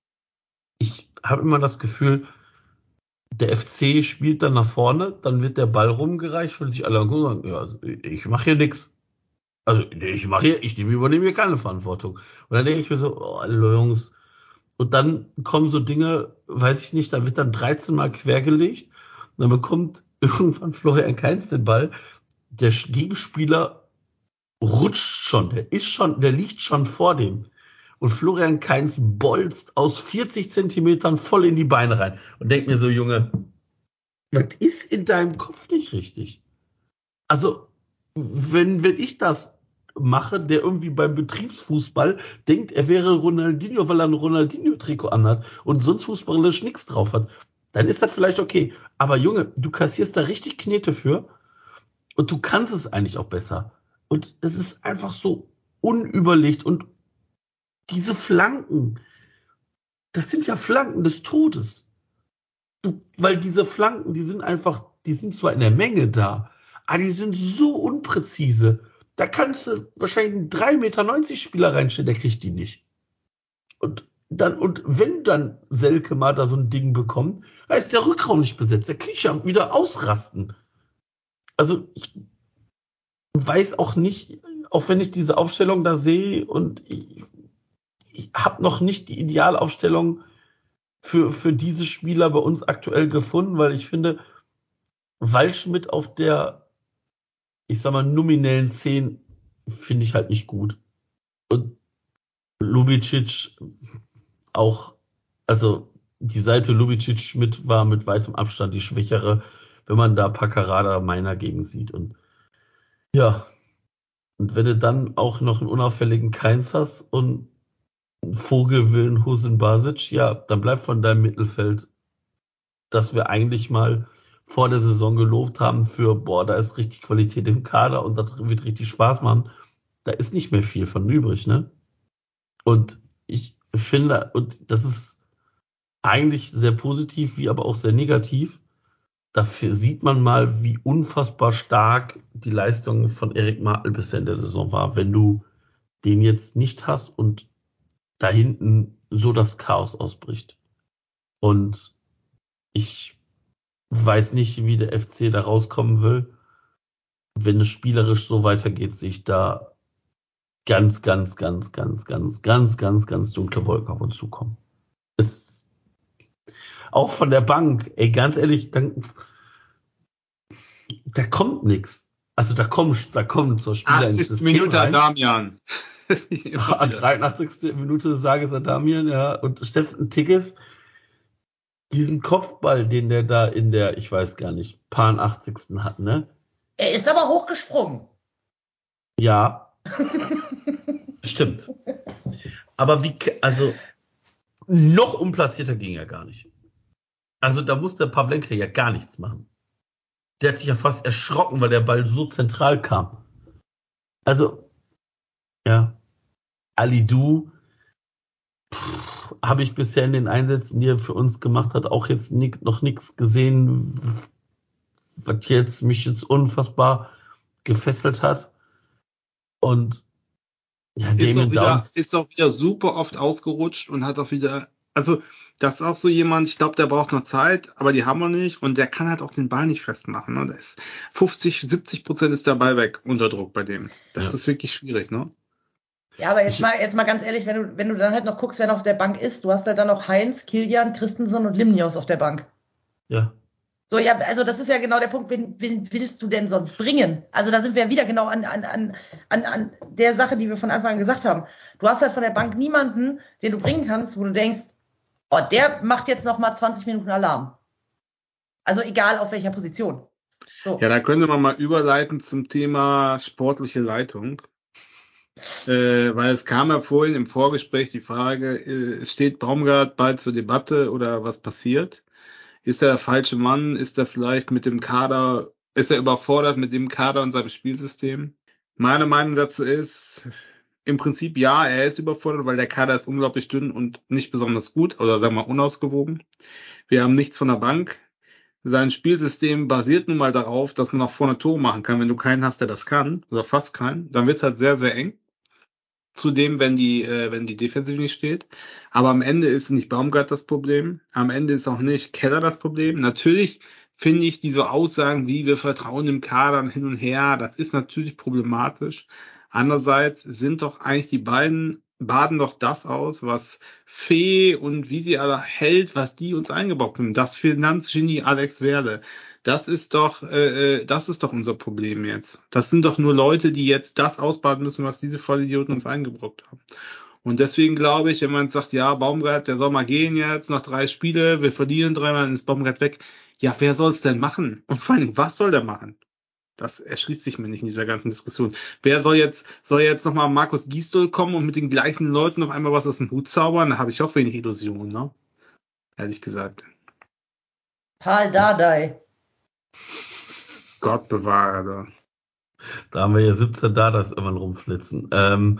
C: ich habe immer das Gefühl, der FC spielt dann nach vorne, dann wird der Ball rumgereicht, will sich alle angucken und sagen, ja, also ich mache hier nichts. Also ich übernehme hier keine Verantwortung. Und dann denke ich mir so, oh, Jungs. Und dann kommen so Dinge, weiß ich nicht, da wird dann 13 Mal quergelegt. Und dann bekommt irgendwann Florian Kainz den Ball. Der Gegenspieler rutscht schon, der liegt schon vor dem. Und Florian Kainz bolzt aus 40 Zentimetern voll in die Beine rein. Und denkt mir so, Junge, was ist in deinem Kopf nicht richtig? Also, wenn ich das mache, der irgendwie beim Betriebsfußball denkt, er wäre Ronaldinho, weil er ein Ronaldinho-Trikot anhat und sonst fußballerisch nichts drauf hat, dann ist das vielleicht okay. Aber Junge, du kassierst da richtig Knete für und du kannst es eigentlich auch besser. Und es ist einfach so unüberlegt und diese Flanken, das sind ja Flanken des Todes. Weil diese Flanken, die sind zwar in der Menge da, aber die sind so unpräzise. Da kannst du wahrscheinlich einen 3,90 Meter Spieler reinstellen, der kriegt die nicht. Und wenn dann Selke mal da so ein Ding bekommt, da ist der Rückraum nicht besetzt. Der kriegt ja wieder ausrasten. Also ich weiß auch nicht, auch wenn ich diese Aufstellung da sehe und ich habe noch nicht die Idealaufstellung für diese Spieler bei uns aktuell gefunden, weil ich finde, Waldschmidt auf der, ich sag mal, nominellen 10 finde ich halt nicht gut. Und Lubicic auch, also die Seite Lubicic-Schmidt war mit weitem Abstand die schwächere. wenn man da Paccarada Meiner gegen sieht. Und ja, und wenn du dann auch noch einen unauffälligen Keins hast und einen Vogelwillen Husin Basic, ja, dann bleibt von deinem Mittelfeld, dass wir eigentlich mal vor der Saison gelobt haben für, boah, da ist richtig Qualität im Kader und das wird richtig Spaß machen. Da ist nicht mehr viel von übrig, ne? Und ich finde, und das ist eigentlich sehr positiv, wie aber auch sehr negativ. Dafür sieht man mal, wie unfassbar stark die Leistung von Erik Martel bisher in der Saison war. Wenn du den jetzt nicht hast und da hinten so das Chaos ausbricht. Und ich weiß nicht, wie der FC da rauskommen will. Wenn es spielerisch so weitergeht, sehe ich da ganz dunkle Wolken auf uns zukommen. Ist auch von der Bank, ey, ganz ehrlich, da kommt nichts. Also da kommen zur Spieler ins
E: 80.
C: System
E: Minute
C: rein.
E: Damian.
C: An 83. Minute sage es Damian, ja, und Steffen Tigges, diesen Kopfball, den der da in der, ich weiß gar nicht, paar 80. hat, ne?
D: Er ist aber hochgesprungen.
C: Ja, stimmt. Aber also noch unplatzierter ging er gar nicht. Also da musste Pavlenka ja gar nichts machen. Der hat sich ja fast erschrocken, weil der Ball so zentral kam. Also, ja, Alidou habe ich bisher in den Einsätzen, die er für uns gemacht hat, auch jetzt noch nichts gesehen, was mich jetzt unfassbar gefesselt hat. Und ja, Damien Downs
E: ist auch wieder super oft ausgerutscht und hat auch wieder, also das ist auch so jemand, ich glaube, der braucht noch Zeit, aber die haben wir nicht und der kann halt auch den Ball nicht festmachen. Ne? Da ist 50-70% ist der Ball weg unter Druck bei dem. Das ist wirklich schwierig, ne?
D: Ja, aber jetzt mal ganz ehrlich, wenn du dann halt noch guckst, wer noch auf der Bank ist, du hast halt dann noch Heinz, Kilian, Christensen und Limnios auf der Bank.
C: Ja.
D: So, ja, also das ist ja genau der Punkt, wen willst du denn sonst bringen? Also da sind wir wieder genau an der Sache, die wir von Anfang an gesagt haben. Du hast halt von der Bank niemanden, den du bringen kannst, wo du denkst, oh, der macht jetzt noch mal 20 Minuten Alarm. Also egal auf welcher Position. So.
E: Ja, da könnte man mal überleiten zum Thema sportliche Leitung. Weil es kam ja vorhin im Vorgespräch die Frage, steht Baumgart bald zur Debatte oder was passiert? Ist er der falsche Mann? Ist er vielleicht mit dem Kader, ist er überfordert mit dem Kader und seinem Spielsystem? Meine Meinung dazu ist, im Prinzip ja, er ist überfordert, weil der Kader ist unglaublich dünn und nicht besonders gut oder sagen wir unausgewogen. Wir haben nichts von der Bank. Sein Spielsystem basiert nun mal darauf, dass man auch vorne Tore machen kann. Wenn du keinen hast, der das kann, oder fast keinen, dann wird es halt sehr, sehr eng. Zudem, wenn die Defensive nicht steht. Aber am Ende ist nicht Baumgart das Problem. Am Ende ist auch nicht Keller das Problem. Natürlich finde ich diese Aussagen, wie wir vertrauen dem Kader hin und her, das ist natürlich problematisch. Andererseits sind doch eigentlich die beiden baden doch das aus, was Fee und wie sie alle hält, was die uns eingebaut haben. Das Finanzgenie Alex Werle. Das ist doch unser Problem jetzt. Das sind doch nur Leute, die jetzt das ausbaden müssen, was diese Vollidioten uns eingebrockt haben. Und deswegen glaube ich, wenn man sagt, ja, Baumgart, der soll mal gehen jetzt, noch 3 Spiele, wir verlieren 3-mal, dann ist Baumgart weg. Ja, wer soll es denn machen? Und vor allem, was soll der machen? Das erschließt sich mir nicht in dieser ganzen Diskussion. Wer soll jetzt nochmal Markus Gisdol kommen und mit den gleichen Leuten auf einmal was aus dem Hut zaubern? Da habe ich auch wenig Illusionen, ne? Ehrlich gesagt.
D: Paul Dardai.
E: Gott bewahre.
C: Da haben wir ja 17 Dadas irgendwann rumflitzen.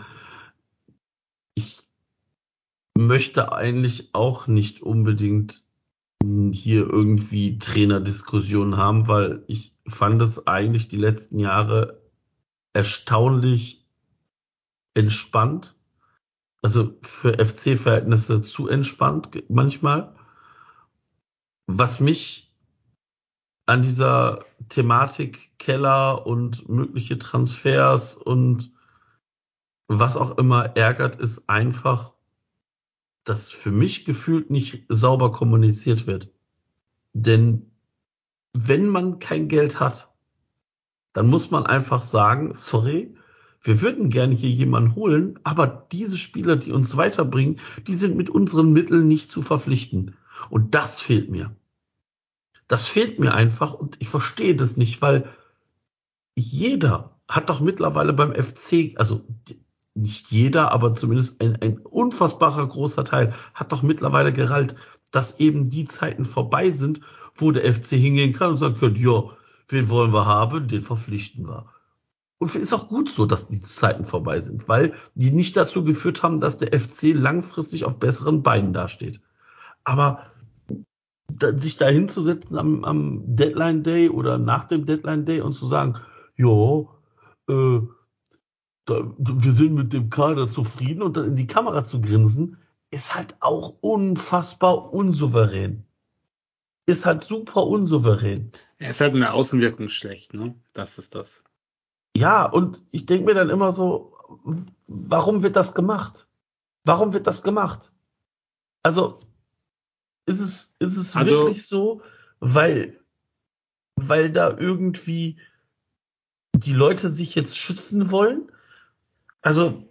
C: Ich möchte eigentlich auch nicht unbedingt hier irgendwie Trainerdiskussionen haben, weil ich fand es eigentlich die letzten Jahre erstaunlich entspannt. Also für FC-Verhältnisse zu entspannt manchmal. Was mich an dieser Thematik Keller und mögliche Transfers und was auch immer ärgert, ist einfach, dass für mich gefühlt nicht sauber kommuniziert wird. Denn wenn man kein Geld hat, dann muss man einfach sagen, sorry, wir würden gerne hier jemanden holen, aber diese Spieler, die uns weiterbringen, die sind mit unseren Mitteln nicht zu verpflichten. Und das fehlt mir. Das fehlt mir einfach und ich verstehe das nicht, weil jeder hat doch mittlerweile beim FC, also nicht jeder, aber zumindest ein unfassbarer großer Teil, hat doch mittlerweile gerallt, dass eben die Zeiten vorbei sind, wo der FC hingehen kann und sagen kann, ja, wen wollen wir haben, den verpflichten wir. Und ist auch gut so, dass die Zeiten vorbei sind, weil die nicht dazu geführt haben, dass der FC langfristig auf besseren Beinen dasteht. Aber sich da hinzusetzen am Deadline Day oder nach dem Deadline Day und zu sagen, ja, äh, wir sind mit dem Kader zufrieden und dann in die Kamera zu grinsen, ist halt auch unfassbar unsouverän. Ist halt super unsouverän.
E: Er ist halt in der Außenwirkung schlecht, ne? Das ist das.
C: Ja, und ich denke mir dann immer so, warum wird das gemacht? Warum wird das gemacht? Also, ist es
E: Also,
C: wirklich so, weil da irgendwie die Leute sich jetzt schützen wollen? Also,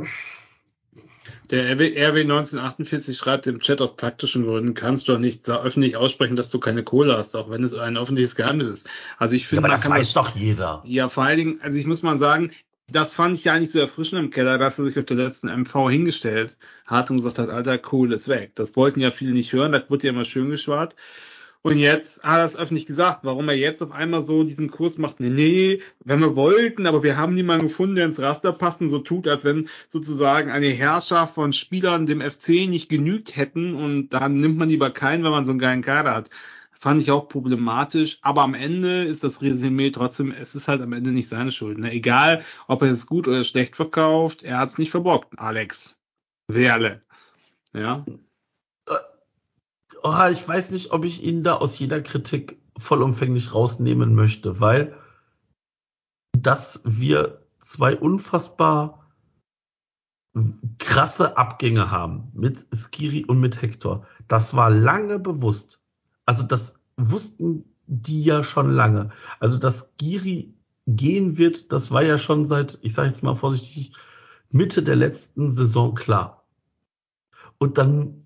E: der RW 1948 schreibt im Chat, aus taktischen Gründen kannst du doch nicht öffentlich aussprechen, dass du keine Kohle hast, auch wenn es ein öffentliches Geheimnis ist. Also ich
C: ja,
E: finde,
C: aber
E: man
C: das
E: kann
C: weiß doch jeder.
E: ja, vor allen Dingen, also ich muss mal sagen, das fand ich ja nicht so erfrischend im Keller, dass er sich auf der letzten MV hingestellt hat und gesagt hat, Alter, Kohle ist weg. Das wollten ja viele nicht hören, das wurde ja immer schön geschwart. Und jetzt hat er es öffentlich gesagt, warum er jetzt auf einmal so diesen Kurs macht. Nee, wenn wir wollten, aber wir haben niemanden gefunden, der ins Raster passt und so tut, als wenn sozusagen eine Herrschaft von Spielern dem FC nicht genügt hätten und dann nimmt man lieber keinen, wenn man so einen geilen Kader hat. Fand ich auch problematisch, aber am Ende ist das Resümee trotzdem, es ist halt am Ende nicht seine Schuld. Ne? Egal, ob er es gut oder schlecht verkauft, er hat es nicht verbockt, Alex Werle. Ja.
C: Oh, ich weiß nicht, ob ich ihn da aus jeder Kritik vollumfänglich rausnehmen möchte, weil dass wir zwei unfassbar krasse Abgänge haben mit Skiri und mit Hector. Das war lange bewusst. Also das wussten die ja schon lange. Also dass Skiri gehen wird, das war ja schon seit, ich sage jetzt mal vorsichtig, Mitte der letzten Saison klar. Und dann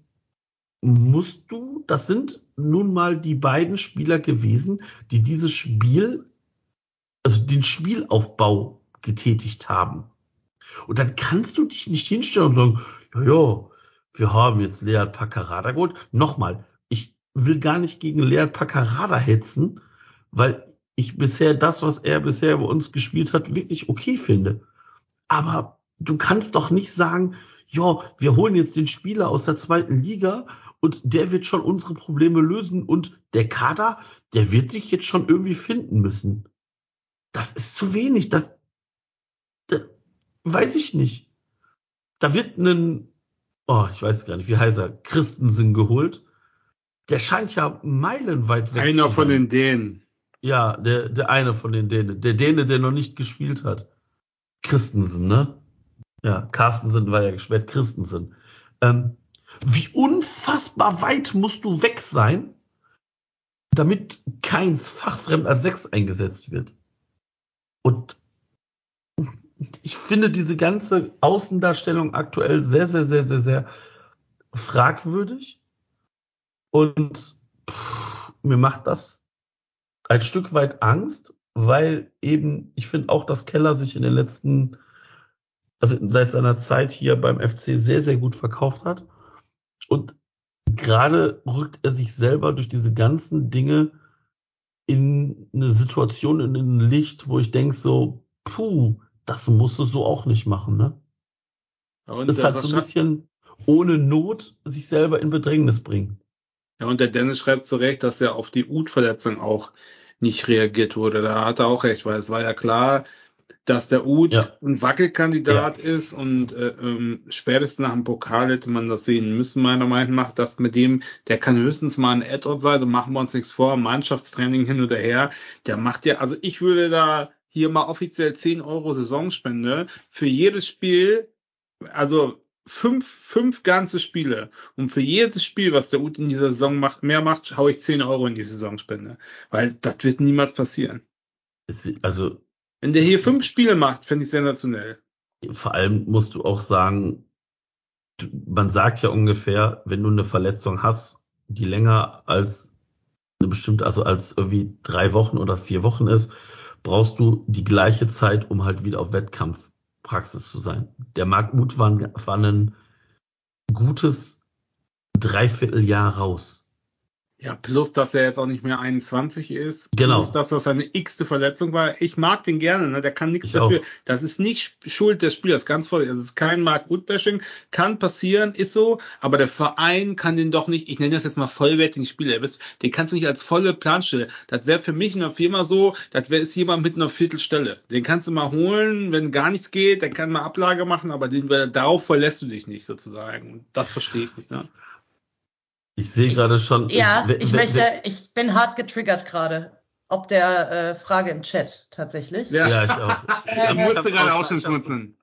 C: das sind nun mal die beiden Spieler gewesen, die dieses Spiel, also den Spielaufbau getätigt haben. Und dann kannst du dich nicht hinstellen und sagen, ja, ja, wir haben jetzt Lead Paccarada geholt. Nochmal, ich will gar nicht gegen Lead Paccarada hetzen, weil ich bisher das, was er bisher bei uns gespielt hat, wirklich okay finde. Aber du kannst doch nicht sagen, ja, wir holen jetzt den Spieler aus der zweiten Liga und der wird schon unsere Probleme lösen und der Kader, der wird sich jetzt schon irgendwie finden müssen. Das ist zu wenig. Das weiß ich nicht. Da wird ich weiß gar nicht, wie heißt er, Christensen geholt. Der scheint ja meilenweit weg
E: Einer
C: zu
E: von
C: sein.
E: den Dänen.
C: Ja, der eine von den Dänen. Der Däne, der noch nicht gespielt hat. Christensen, ne? Ja, Carstensen war ja gesperrt, Christensen. Wie unfassbar weit musst du weg sein, damit Keins fachfremd als 6 eingesetzt wird? Und ich finde diese ganze Außendarstellung aktuell sehr, sehr, sehr, sehr, sehr fragwürdig. Und mir macht das ein Stück weit Angst, weil eben, ich finde auch, dass Keller sich in den letzten, also seit seiner Zeit hier beim FC sehr, sehr gut verkauft hat. Und gerade rückt er sich selber durch diese ganzen Dinge in eine Situation, in ein Licht, wo ich denke so, das musst du so auch nicht machen, ne?
E: Und,
C: Ist halt so ein bisschen ohne Not sich selber in Bedrängnis bringen.
E: ja, und der Dennis schreibt zu Recht, dass er auf die Uth-Verletzung auch nicht reagiert wurde. Da hat er auch recht, weil es war ja klar, dass der Uth ein Wackelkandidat ist und spätestens nach dem Pokal hätte man das sehen müssen, meiner Meinung nach, dass mit dem, der kann höchstens mal ein Add-on sein und machen wir uns nichts vor, Mannschaftstraining hin oder her, der macht ja, also ich würde da hier mal offiziell 10 Euro Saisonspende für jedes Spiel, also fünf ganze Spiele. Und für jedes Spiel, was der Uth in dieser Saison macht, haue ich 10 Euro in die Saisonspende. Weil das wird niemals passieren.
C: Also,
E: Wenn der hier 5 Spiele macht, finde ich sensationell.
C: vor allem musst du auch sagen, man sagt ja ungefähr, wenn du eine Verletzung hast, die länger als eine bestimmte, also als irgendwie 3 Wochen oder 4 Wochen ist, brauchst du die gleiche Zeit, um halt wieder auf Wettkampfpraxis zu sein. Der Marc Uth war ein gutes Dreivierteljahr raus.
E: Ja, plus, dass er jetzt auch nicht mehr 21 ist.
C: Genau.
E: Plus, dass das seine x-te Verletzung war. Ich mag den gerne, ne? Der kann nichts
C: Ich
E: dafür.
C: auch.
E: Das ist nicht Schuld des Spielers, ganz vorsichtig. Das ist kein Mark-Wood-Bashing. Kann passieren, ist so. Aber der Verein kann den doch nicht, ich nenne das jetzt mal vollwertigen Spieler. Den kannst du nicht als volle Planstelle. Das wäre für mich in der Firma so, ist jemand mit einer Viertelstelle. Den kannst du mal holen, wenn gar nichts geht. Der kann mal Ablage machen, aber darauf verlässt du dich nicht sozusagen. Und das verstehe ich nicht, ne?
C: Ich sehe gerade schon.
D: Ich bin hart getriggert gerade. Ob der Frage im Chat tatsächlich.
C: Ja, ich auch.
E: Ich musste gerade auch schon schmunzeln.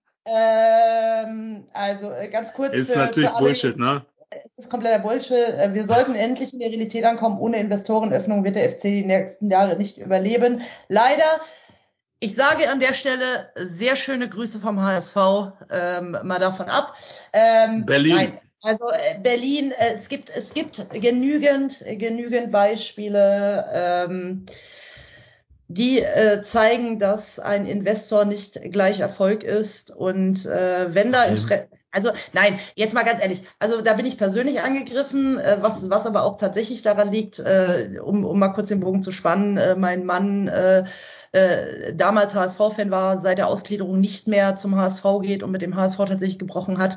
D: Also ganz kurz
E: ist
D: für
E: natürlich
D: alle,
E: Bullshit, ne?
D: Das ist kompletter Bullshit. Wir sollten endlich in die Realität ankommen. Ohne Investorenöffnung wird der FC die nächsten Jahre nicht überleben. Leider. Ich sage an der Stelle sehr schöne Grüße vom HSV, mal davon ab.
E: Berlin.
D: Nein. Also Berlin, es gibt genügend Beispiele, die zeigen, dass ein Investor nicht gleich Erfolg ist. Und wenn da also nein, jetzt mal ganz ehrlich, also da bin ich persönlich angegriffen, was aber auch tatsächlich daran liegt, um mal kurz den Bogen zu spannen, mein Mann damals HSV-Fan war, seit der Ausgliederung nicht mehr zum HSV geht und mit dem HSV tatsächlich gebrochen hat.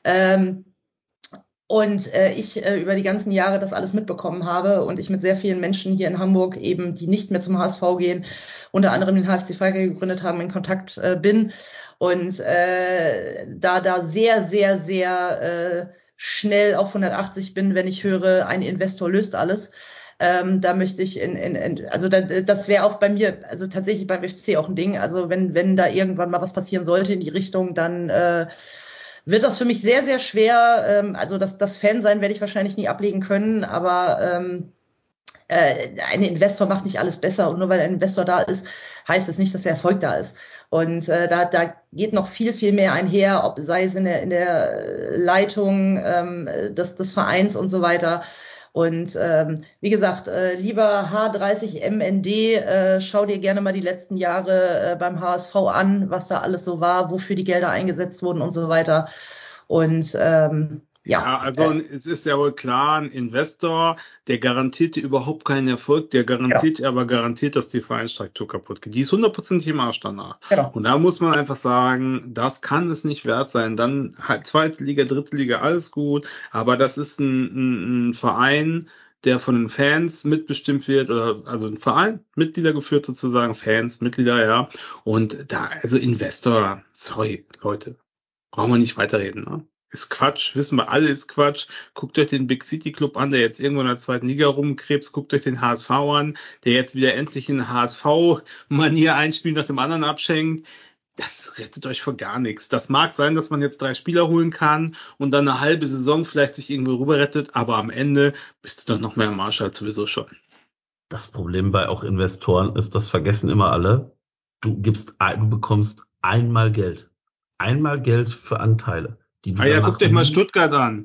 D: Ich über die ganzen Jahre das alles mitbekommen habe und ich mit sehr vielen Menschen hier in Hamburg eben, die nicht mehr zum HSV gehen, unter anderem den HFC Falke gegründet haben, in Kontakt bin und da sehr schnell auf 180 bin, wenn ich höre, ein Investor löst alles. Da möchte ich das wäre auch bei mir, also tatsächlich beim FC auch ein Ding. Also wenn da irgendwann mal was passieren sollte in die Richtung, dann wird das für mich sehr schwer. Also das Fan-Sein werde ich wahrscheinlich nie ablegen können, aber ein Investor macht nicht alles besser und nur weil ein Investor da ist, heißt es nicht, dass der Erfolg da ist. Und da geht noch viel mehr einher, sei es in der Leitung des Vereins und so weiter. Und wie gesagt, lieber H30MND, schau dir gerne mal die letzten Jahre beim HSV an, was da alles so war, wofür die Gelder eingesetzt wurden und so weiter. Und
E: also es ist ja wohl klar, ein Investor, der garantiert dir überhaupt keinen Erfolg, der garantiert aber garantiert, dass die Vereinsstruktur kaputt geht. Die ist 100% im Arsch danach.
D: Genau.
E: Und da muss man einfach sagen, das kann es nicht wert sein. Dann halt zweite Liga, dritte Liga, alles gut, aber das ist ein Verein, der von den Fans mitbestimmt wird, oder also ein Verein, Mitglieder geführt sozusagen, Fans, Mitglieder, ja. Und da, also Investor, sorry, Leute, brauchen wir nicht weiterreden, ne? Ist Quatsch, wissen wir alle, ist Quatsch. Guckt euch den Big City Club an, der jetzt irgendwo in der zweiten Liga rumkrebst. Guckt euch den HSV an, der jetzt wieder endlich in HSV-Manier ein Spiel nach dem anderen abschenkt. Das rettet euch vor gar nichts. Das mag sein, dass man jetzt 3 Spieler holen kann und dann eine halbe Saison vielleicht sich irgendwo rüber rettet, aber am Ende bist du dann noch mehr im Arsch als sowieso schon.
C: Das Problem bei auch Investoren ist, das vergessen immer alle. Du bekommst einmal Geld. Einmal Geld für Anteile.
E: Guckt euch mal Stuttgart an.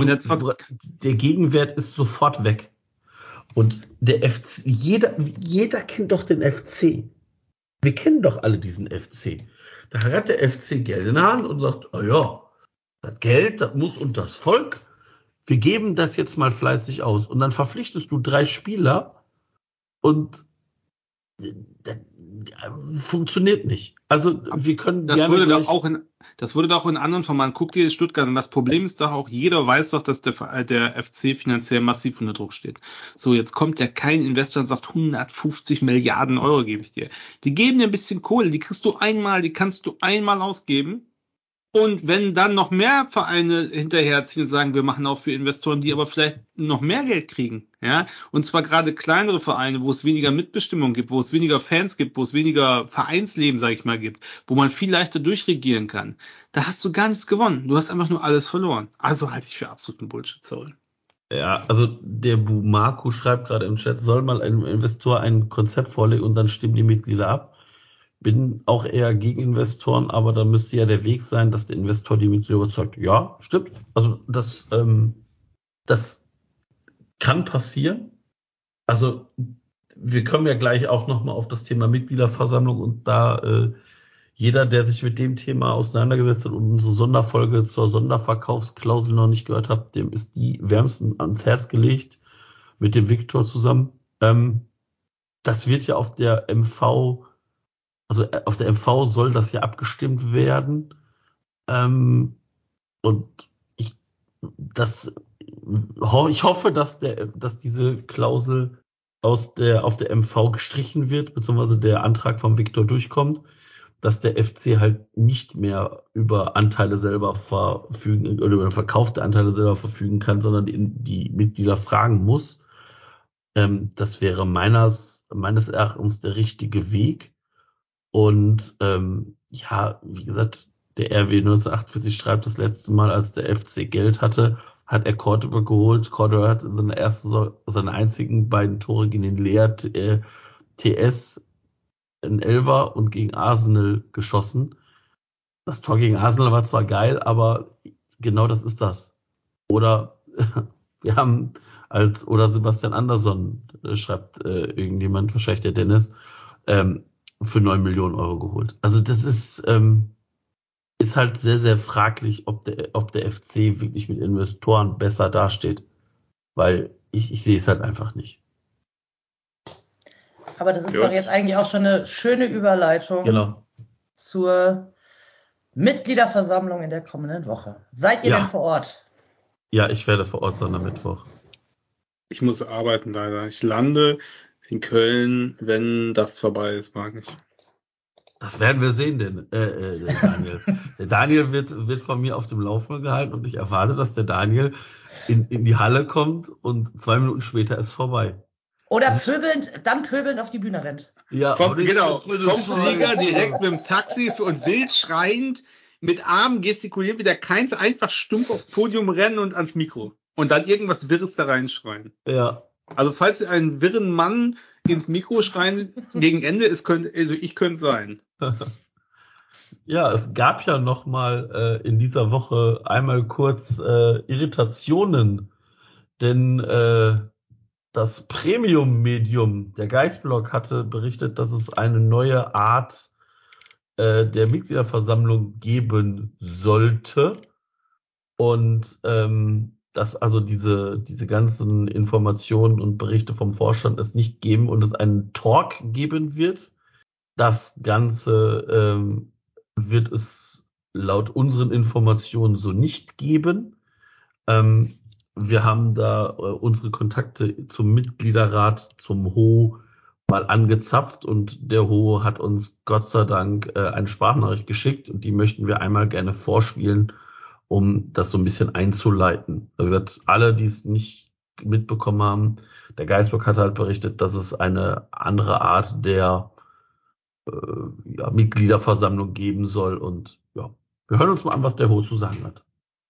C: Der Gegenwert ist sofort weg. Und der FC, jeder kennt doch den FC. Wir kennen doch alle diesen FC. Da hat der FC Geld in der Hand und sagt, oh ja, das Geld, das muss und das Volk, wir geben das jetzt mal fleißig aus. Und dann verpflichtest du 3 Spieler und das funktioniert nicht. Also wir können
E: das würde doch auch in anderen Formaten. Guck dir Stuttgart an. Das Problem ist doch auch, jeder weiß doch, dass der FC finanziell massiv unter Druck steht. So, jetzt kommt ja kein Investor und sagt, 150 Milliarden Euro gebe ich dir. Die geben dir ein bisschen Kohle, die kannst du einmal ausgeben. Und wenn dann noch mehr Vereine hinterherziehen und sagen, wir machen auch für Investoren, die aber vielleicht noch mehr Geld kriegen, ja, und zwar gerade kleinere Vereine, wo es weniger Mitbestimmung gibt, wo es weniger Fans gibt, wo es weniger Vereinsleben, sag ich mal, gibt, wo man viel leichter durchregieren kann, da hast du gar nichts gewonnen. Du hast einfach nur alles verloren. Also halte ich für absoluten Bullshit, sorry.
C: Ja, also der Bumaku schreibt gerade im Chat, soll mal ein Investor ein Konzept vorlegen und dann stimmen die Mitglieder ab. Bin auch eher gegen Investoren, aber da müsste ja der Weg sein, dass der Investor die Mitglieder überzeugt. Ja, stimmt. Also das kann passieren. also wir kommen ja gleich auch nochmal auf das Thema Mitgliederversammlung und da jeder, der sich mit dem Thema auseinandergesetzt hat und unsere Sonderfolge zur Sonderverkaufsklausel noch nicht gehört hat, dem ist die wärmsten ans Herz gelegt, mit dem Viktor zusammen. Das wird ja auf der MV, also auf der MV soll das ja abgestimmt werden. Und ich hoffe, dass diese Klausel auf der MV gestrichen wird, beziehungsweise der Antrag vom Viktor durchkommt, dass der FC halt nicht mehr über Anteile selber verfügen oder über den Verkauf der Anteile selber verfügen kann, sondern die Mitglieder fragen muss. Das wäre meines Erachtens der richtige Weg. Und ja, wie gesagt, der RW 1948 schreibt, das letzte Mal, als der FC Geld hatte, hat er Cordoba geholt. Cordoba hat in seine einzigen beiden Tore gegen den Lea TS in Elfer und gegen Arsenal geschossen. Das Tor gegen Arsenal war zwar geil, aber genau das ist das. Oder wir haben oder Sebastian Andersson, schreibt irgendjemand, wahrscheinlich der Dennis, für 9 Millionen Euro geholt. Also das ist halt sehr, sehr fraglich, ob der FC wirklich mit Investoren besser dasteht. Weil ich sehe es halt einfach nicht.
D: Aber das ist doch jetzt eigentlich auch schon eine schöne Überleitung zur Mitgliederversammlung in der kommenden Woche. Seid ihr denn vor Ort?
C: Ja, ich werde vor Ort sein am Mittwoch.
E: Ich muss arbeiten leider. Ich lande in Köln, wenn das vorbei ist, mag ich.
C: Das werden wir sehen, der Daniel. Der Daniel wird von mir auf dem Laufenden gehalten und ich erwarte, dass der Daniel in die Halle kommt und 2 Minuten später ist vorbei.
D: Oder pöbelnd auf die Bühne rennt.
E: Ja, vom Flieger direkt mit dem Taxi und wild schreiend mit Armen gestikulieren, wie der Keins, einfach stumpf aufs Podium rennen und ans Mikro. Und dann irgendwas Wirres da reinschreien.
C: Ja.
E: Also falls ihr einen wirren Mann ins Mikro schreien gegen Ende, ich könnte es sein.
C: Ja, es gab ja noch mal in dieser Woche einmal kurz Irritationen, denn das Premium-Medium, der Geistblog, hatte berichtet, dass es eine neue Art der Mitgliederversammlung geben sollte und dass also diese ganzen Informationen und Berichte vom Vorstand es nicht geben und es einen Talk geben wird. Das Ganze wird es laut unseren Informationen so nicht geben. Wir haben da unsere Kontakte zum Mitgliederrat, zum Ho, mal angezapft und der Ho hat uns Gott sei Dank eine Sprachnachricht geschickt und die möchten wir einmal gerne vorspielen, um das so ein bisschen einzuleiten. Wie gesagt, alle, die es nicht mitbekommen haben, der Geistbock hat halt berichtet, dass es eine andere Art der Mitgliederversammlung geben soll und ja, wir hören uns mal an, was der Ho zu sagen hat.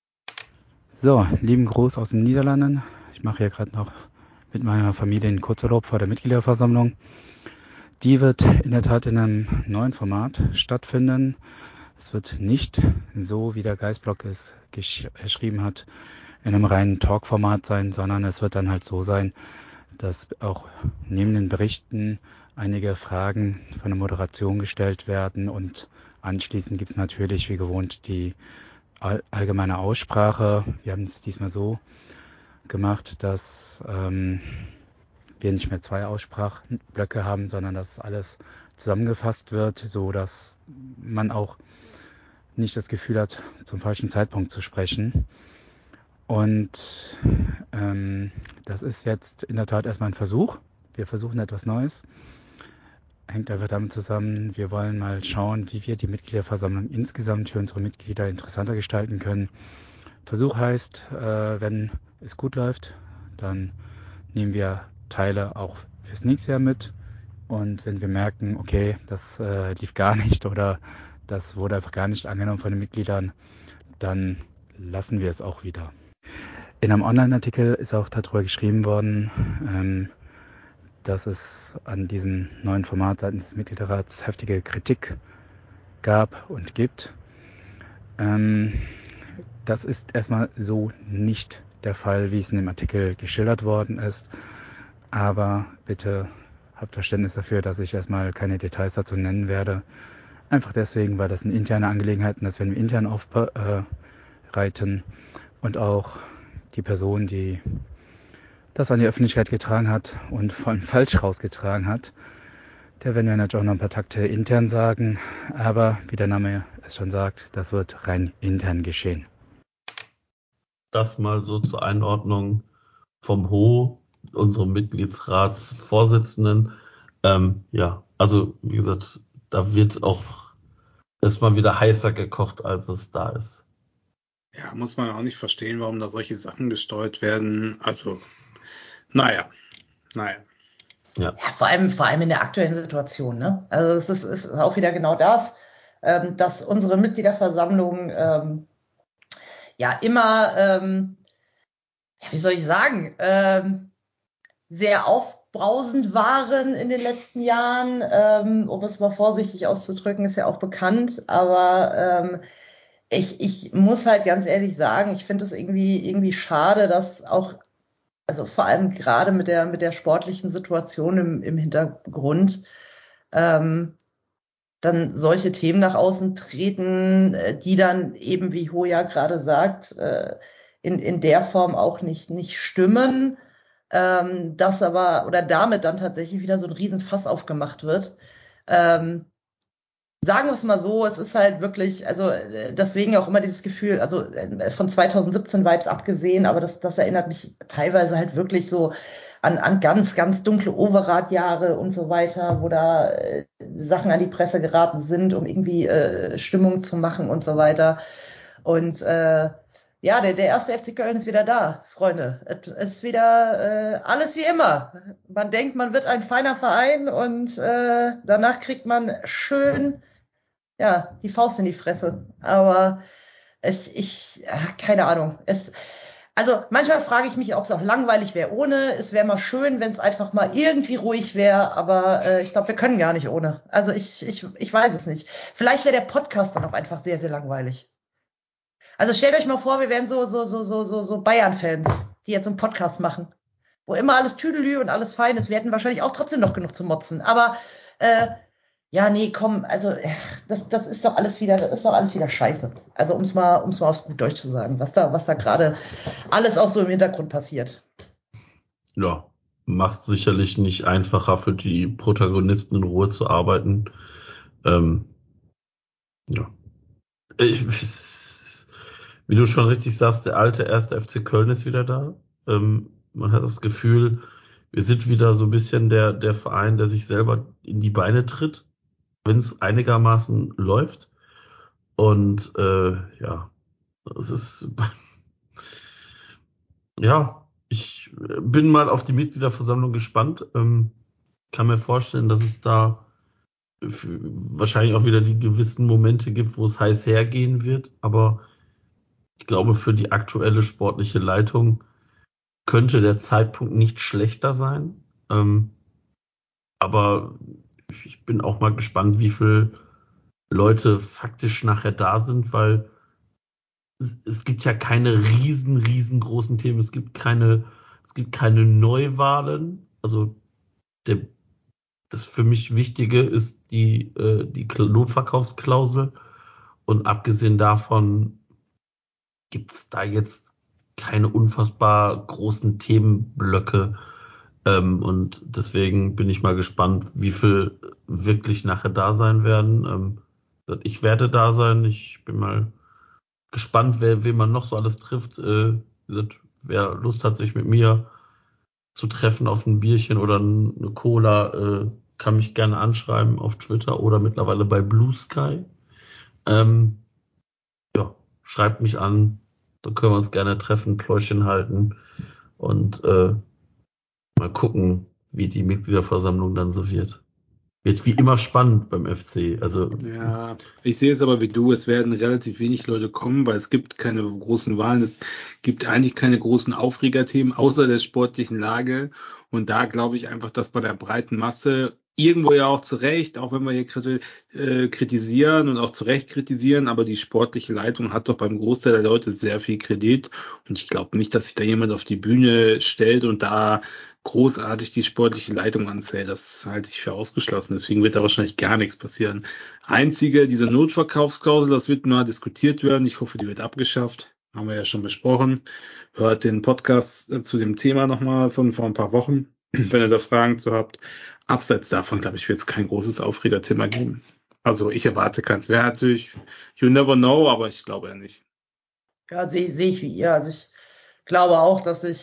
F: So, lieben Gruß aus den Niederlanden. Ich mache hier gerade noch mit meiner Familie einen Kurzurlaub vor der Mitgliederversammlung. Die wird in der Tat in einem neuen Format stattfinden. Es wird nicht so, wie der Geistblog es geschrieben hat, in einem reinen Talk-Format sein, sondern es wird dann halt so sein, dass auch neben den Berichten einige Fragen von der Moderation gestellt werden und anschließend gibt es natürlich wie gewohnt die allgemeine Aussprache. Wir haben es diesmal so gemacht, dass wir nicht mehr 2 Aussprachblöcke haben, sondern dass alles zusammengefasst wird, so dass man auch nicht das Gefühl hat, zum falschen Zeitpunkt zu sprechen. Und das ist jetzt in der Tat erstmal ein Versuch. Wir versuchen etwas Neues. Hängt einfach damit zusammen, wir wollen mal schauen, wie wir die Mitgliederversammlung insgesamt für unsere Mitglieder interessanter gestalten können. Versuch heißt, wenn es gut läuft, dann nehmen wir Teile auch fürs nächste Jahr mit. Und wenn wir merken, okay, das lief gar nicht oder das wurde einfach gar nicht angenommen von den Mitgliedern, dann lassen wir es auch wieder. In einem Online-Artikel ist auch darüber geschrieben worden, dass es an diesem neuen Format seitens des Mitgliederrats heftige Kritik gab und gibt. Das ist erstmal so nicht der Fall, wie es in dem Artikel geschildert worden ist. Aber bitte habt Verständnis dafür, dass ich erstmal keine Details dazu nennen werde. Einfach deswegen, weil das eine interne Angelegenheit ist, das werden wir intern aufbereiten. Und auch die Person, die das an die Öffentlichkeit getragen hat und vor allem falsch rausgetragen hat, der werden wir natürlich auch noch ein paar Takte intern sagen. Aber wie der Name es schon sagt, das wird rein intern geschehen.
C: Das mal so zur Einordnung vom Ho, unserem Mitgliedsratsvorsitzenden. Ja, also wie gesagt, da wird auch erstmal wieder heißer gekocht, als es da ist.
E: Ja, muss man auch nicht verstehen, warum da solche Sachen gesteuert werden. Also, naja.
C: Ja,
D: vor allem in der aktuellen Situation, ne? Also es ist auch wieder genau das, dass unsere Mitgliederversammlung ja immer, wie soll ich sagen, sehr aufbrausend waren in den letzten Jahren, um es mal vorsichtig auszudrücken, ist ja auch bekannt, aber ich muss halt ganz ehrlich sagen, ich finde es irgendwie schade, dass auch, also vor allem gerade mit der sportlichen Situation im Hintergrund, dann solche Themen nach außen treten, die dann eben, wie Hoja gerade sagt, in der Form auch nicht stimmen, das aber oder damit dann tatsächlich wieder so ein Riesenfass aufgemacht wird. Sagen wir es mal so, es ist halt wirklich, also deswegen auch immer dieses Gefühl, also von 2017 Vibes abgesehen, aber das erinnert mich teilweise halt wirklich so an ganz, ganz dunkle Overath-Jahre und so weiter, wo da Sachen an die Presse geraten sind, um irgendwie Stimmung zu machen und so weiter. Und ja, der erste FC Köln ist wieder da, Freunde. Es ist wieder alles wie immer. Man denkt, man wird ein feiner Verein und danach kriegt man schön die Faust in die Fresse. Aber keine Ahnung. Also manchmal frage ich mich, ob es auch langweilig wäre ohne. Es wäre mal schön, wenn es einfach mal irgendwie ruhig wäre, aber ich glaube, wir können gar nicht ohne. Also ich weiß es nicht. Vielleicht wäre der Podcast dann auch einfach sehr, sehr langweilig. Also stellt euch mal vor, wir wären so Bayern-Fans, die jetzt so einen Podcast machen, wo immer alles Tüdelü und alles fein ist. Wir hätten wahrscheinlich auch trotzdem noch genug zu motzen. Aber ja, nee, komm, also das ist doch alles wieder scheiße. Also um es mal aufs gut Deutsch zu sagen, was da gerade alles auch so im Hintergrund passiert.
C: ja, macht sicherlich nicht einfacher für die Protagonisten in Ruhe zu arbeiten. Ja. Wie du schon richtig sagst, der alte erste FC Köln ist wieder da. Man hat das Gefühl, wir sind wieder so ein bisschen der Verein, der sich selber in die Beine tritt, wenn es einigermaßen läuft. Und ja, es ist ja, ich bin mal auf die Mitgliederversammlung gespannt. Kann mir vorstellen, dass es da wahrscheinlich auch wieder die gewissen Momente gibt, wo es heiß hergehen wird. Aber ich glaube, für die aktuelle sportliche Leitung könnte der Zeitpunkt nicht schlechter sein. Aber ich bin auch mal gespannt, wie viele Leute faktisch nachher da sind, weil es gibt ja keine riesengroßen Themen. Es gibt keine Neuwahlen. Also das für mich Wichtige ist die Notverkaufsklausel. Und abgesehen davon gibt es da jetzt keine unfassbar großen Themenblöcke. Und deswegen bin ich mal gespannt, wie viel wirklich nachher da sein werden. Ich werde da sein. Ich bin mal gespannt, wen man noch so alles trifft. Wie gesagt, wer Lust hat, sich mit mir zu treffen auf ein Bierchen oder eine Cola, kann mich gerne anschreiben auf Twitter oder mittlerweile bei Blue Sky. Ja, schreibt mich an, dann können wir uns gerne treffen, Pläuschen halten und mal gucken, wie die Mitgliederversammlung dann so wird. Wird wie immer spannend beim FC. Also
E: Ja, ich sehe es aber wie du, es werden relativ wenig Leute kommen, weil es gibt keine großen Wahlen, es gibt eigentlich keine großen Aufregerthemen außer der sportlichen Lage. Und da glaube ich einfach, dass bei der breiten Masse irgendwo ja auch zu Recht, auch wenn wir hier kritisieren und auch zu Recht kritisieren, aber die sportliche Leitung hat doch beim Großteil der Leute sehr viel Kredit und ich glaube nicht, dass sich da jemand auf die Bühne stellt und da großartig die sportliche Leitung anzählt. Das halte ich für ausgeschlossen, deswegen wird da wahrscheinlich gar nichts passieren. Einzige, diese Notverkaufsklausel, das wird mal diskutiert werden, ich hoffe, die wird abgeschafft, haben wir ja schon besprochen. Hört den Podcast zu dem Thema nochmal von vor ein paar Wochen, wenn ihr da Fragen zu habt. Abseits davon, glaube ich, wird es kein großes Aufregerthema geben. Also ich erwarte keins. Wäre natürlich, you never know, aber ich glaube ja nicht.
D: Ja, sehe ich wie ihr. Also ich glaube auch, dass sich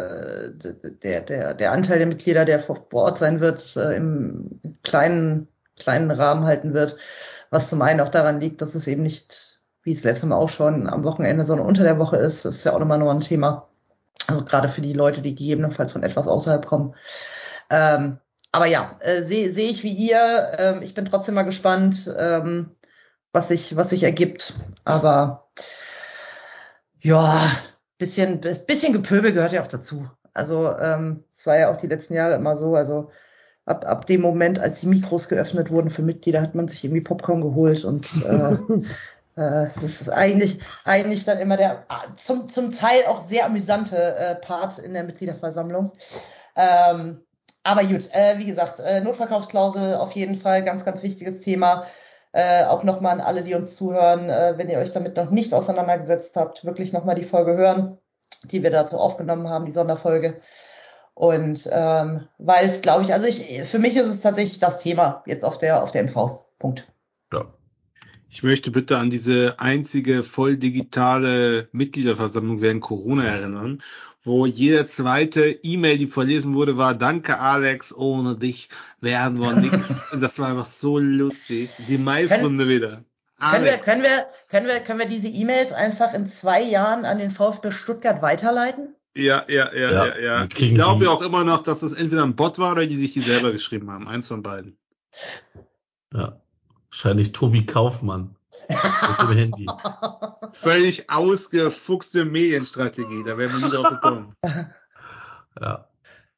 D: der Anteil der Mitglieder, der vor Ort sein wird, im kleinen Rahmen halten wird. Was zum einen auch daran liegt, dass es eben nicht, wie es letztes Mal auch schon, am Wochenende, sondern unter der Woche ist. Das ist ja auch nochmal nur ein Thema. Also gerade für die Leute, die gegebenenfalls von etwas außerhalb kommen. Aber ja, sehe ich wie ihr. Ich bin trotzdem mal gespannt, was sich ergibt. Aber ja, bisschen Gepöbel gehört ja auch dazu. Also es war ja auch die letzten Jahre immer so. Also ab dem Moment, als die Mikros geöffnet wurden für Mitglieder, hat man sich irgendwie Popcorn geholt und es ist eigentlich dann immer der zum Teil auch sehr amüsante Part in der Mitgliederversammlung. Aber gut, wie gesagt, Notverkaufsklausel auf jeden Fall, ganz, ganz wichtiges Thema. Auch nochmal an alle, die uns zuhören, wenn ihr euch damit noch nicht auseinandergesetzt habt, wirklich nochmal die Folge hören, die wir dazu aufgenommen haben, die Sonderfolge. Und weil es, glaube ich, für mich ist es tatsächlich das Thema jetzt auf der MV. Punkt.
C: Ja.
E: Ich möchte bitte an diese einzige voll digitale Mitgliederversammlung während Corona erinnern, wo jede zweite E-Mail, die verlesen wurde, war: Danke Alex, ohne dich wären wir nix. Und das war einfach so lustig. Die Mai-Runde wieder.
D: Können wir diese E-Mails einfach in 2 Jahren an den VfB Stuttgart weiterleiten?
E: Ja. Ich glaube ja auch immer noch, dass das entweder ein Bot war oder die sich die selber geschrieben haben. Eins von beiden.
C: Ja. Wahrscheinlich Tobi Kaufmann mit dem Handy.
E: Völlig ausgefuchste Medienstrategie. Da wären wir nie drauf gekommen.
C: Ja.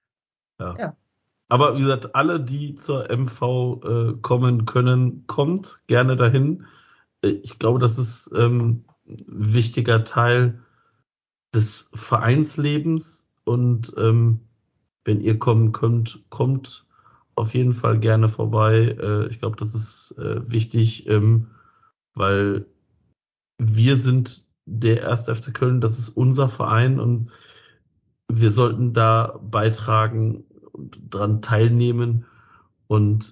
C: Aber wie gesagt, alle, die zur MV kommen können, kommt gerne dahin. Ich glaube, das ist ein wichtiger Teil des Vereinslebens. Und wenn ihr kommen könnt, kommt auf jeden Fall gerne vorbei. Ich glaube, das ist wichtig, weil wir sind der 1. FC Köln, das ist unser Verein und wir sollten da beitragen und dran teilnehmen. Und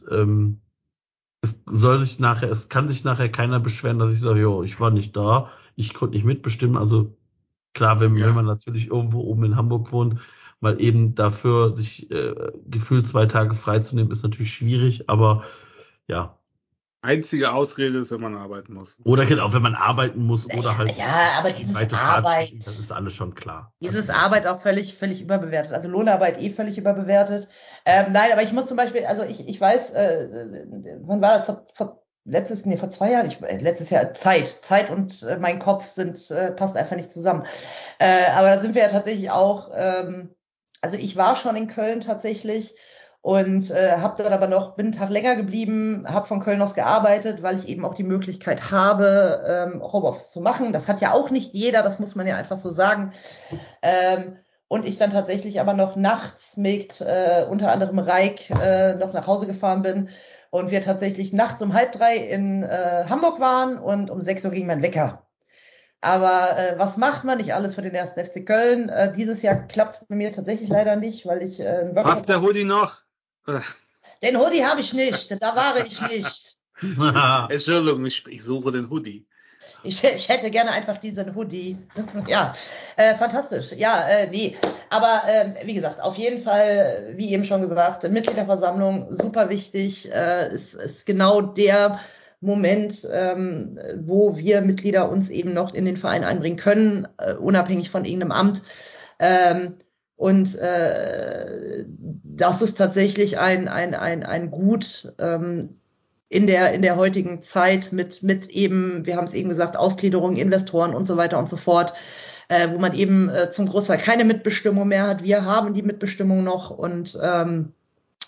C: es kann sich nachher keiner beschweren, dass ich sage, jo, ich war nicht da, ich konnte nicht mitbestimmen. Also klar, wenn man natürlich irgendwo oben in Hamburg wohnt, mal eben dafür sich gefühlt 2 Tage freizunehmen, ist natürlich schwierig, aber ja.
E: Einzige Ausrede ist, wenn man arbeiten muss.
C: Oder genau, wenn man arbeiten muss oder halt.
D: Ja, aber dieses Arbeit.
C: Das ist alles schon klar.
D: Dieses Arbeit auch völlig überbewertet. Also Lohnarbeit völlig überbewertet. Nein, aber ich muss zum Beispiel, also ich weiß, wann war das? Vor 2 Jahren, letztes Jahr Zeit und mein Kopf passt einfach nicht zusammen. Aber da sind wir ja tatsächlich auch, also ich war schon in Köln tatsächlich und habe dann aber noch, bin einen Tag länger geblieben, habe von Köln aus gearbeitet, weil ich eben auch die Möglichkeit habe, Homeoffice zu machen. Das hat ja auch nicht jeder, das muss man ja einfach so sagen. Und ich dann tatsächlich aber noch nachts mit unter anderem Reik noch nach Hause gefahren bin und wir tatsächlich nachts um 2:30 in Hamburg waren und um 6 Uhr ging mein Wecker. Aber was macht man? Nicht alles für den 1. FC Köln. Dieses Jahr klappt es bei mir tatsächlich leider nicht, weil ich einen Workshop.
E: Hast der Hoodie noch?
D: Den Hoodie habe ich nicht, da war ich nicht.
E: Entschuldigung, ich suche den Hoodie.
D: Ich hätte gerne einfach diesen Hoodie. Ja, fantastisch. Ja, nee. Aber wie gesagt, auf jeden Fall, wie eben schon gesagt, Mitgliederversammlung, super wichtig. Ist genau der Moment, wo wir Mitglieder uns eben noch in den Verein einbringen können, unabhängig von irgendeinem Amt. Und das ist tatsächlich ein Gut in der heutigen Zeit mit eben, wir haben es eben gesagt, Ausgliederung, Investoren und so weiter und so fort, wo man eben zum Großteil keine Mitbestimmung mehr hat. Wir haben die Mitbestimmung noch und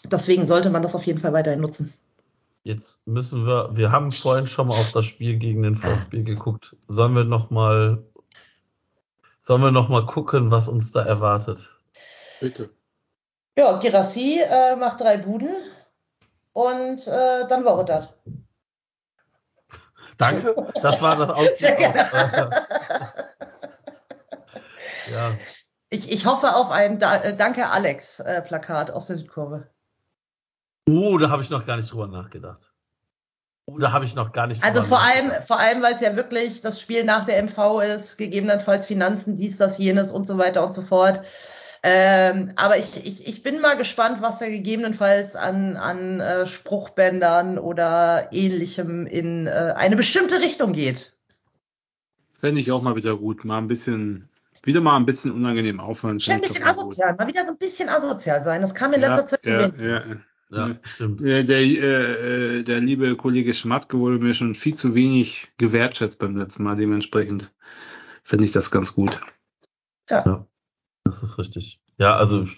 D: deswegen sollte man das auf jeden Fall weiterhin nutzen.
C: Jetzt müssen wir haben vorhin schon mal auf das Spiel gegen den VfB geguckt. Sollen wir noch mal gucken, was uns da erwartet?
E: Bitte.
D: Ja, Guirassy macht 3 Buden und dann war das.
C: Danke, das war das Ausblick.
D: Sehr gerne.
C: Ja.
D: Ich hoffe auf ein Danke Alex Plakat aus der Südkurve.
C: Da habe ich noch gar nicht drüber nachgedacht.
D: Also vor allem, weil es ja wirklich das Spiel nach der MV ist, gegebenenfalls Finanzen, dies, das, jenes und so weiter und so fort. Aber ich bin mal gespannt, was da gegebenenfalls an Spruchbändern oder Ähnlichem in eine bestimmte Richtung geht.
E: Fände ich auch mal wieder gut. Mal ein bisschen unangenehm aufhören.
D: Schon ein bisschen asozial, mal wieder so ein bisschen asozial sein. Das kam in letzter Zeit zu wenig.
C: Ja, stimmt.
E: Der liebe Kollege Schmatke wurde mir schon viel zu wenig gewertschätzt beim letzten Mal. Dementsprechend finde ich das ganz gut.
C: Ja, das ist richtig. Ja, also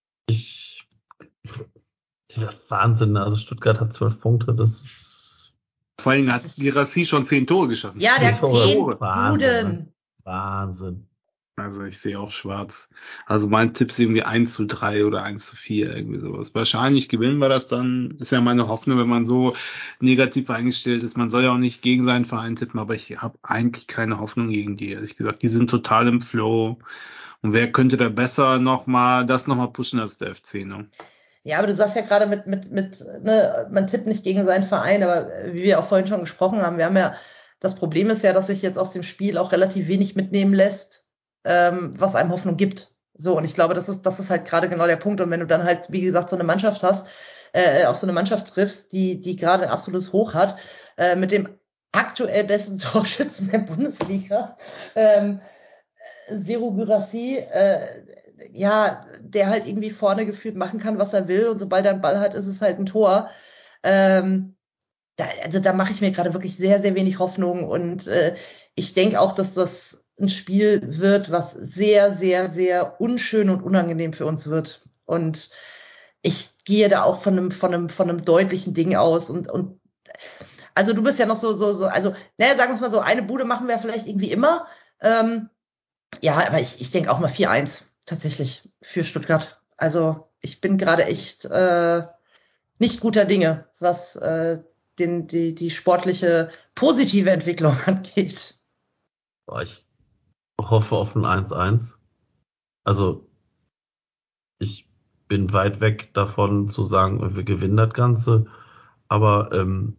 C: Wahnsinn. Also Stuttgart hat 12 Punkte. Das ist
E: vor allem hat Guirassy schon 10 Tore geschossen.
D: Ja, der hat 10 Buden.
C: Wahnsinn.
E: Also ich sehe auch schwarz. Also mein Tipp ist irgendwie 1:3 oder 1:4, irgendwie sowas. Wahrscheinlich gewinnen wir das dann. Ist ja meine Hoffnung, wenn man so negativ eingestellt ist. Man soll ja auch nicht gegen seinen Verein tippen, aber ich habe eigentlich keine Hoffnung gegen die. Ehrlich gesagt, die sind total im Flow. Und wer könnte da besser nochmal pushen als der FC, ne?
D: Ja, aber du sagst ja gerade ne, man tippt nicht gegen seinen Verein, aber wie wir auch vorhin schon gesprochen haben, das Problem ist ja, dass sich jetzt aus dem Spiel auch relativ wenig mitnehmen lässt, was einem Hoffnung gibt. So, und ich glaube, das ist halt gerade genau der Punkt. Und wenn du dann halt, wie gesagt, so eine Mannschaft hast, auf so eine Mannschaft triffst, die gerade ein absolutes Hoch hat, mit dem aktuell besten Torschützen der Bundesliga, Serhou Guirassy, der halt irgendwie vorne gefühlt machen kann, was er will, und sobald er einen Ball hat, ist es halt ein Tor. Da mache ich mir gerade wirklich sehr, sehr wenig Hoffnung, und ich denke auch, dass das ein Spiel wird, was sehr, sehr, sehr unschön und unangenehm für uns wird. Und ich gehe da auch von einem deutlichen Ding aus, und also du bist ja noch so, also, naja, sagen wir es mal so, eine Bude machen wir vielleicht irgendwie immer. Ja, aber ich denke auch mal 4-1 tatsächlich für Stuttgart. Also ich bin gerade echt nicht guter Dinge, was die sportliche positive Entwicklung angeht.
C: Ich hoffe auf ein 1-1. Also ich bin weit weg davon zu sagen, wir gewinnen das Ganze. Aber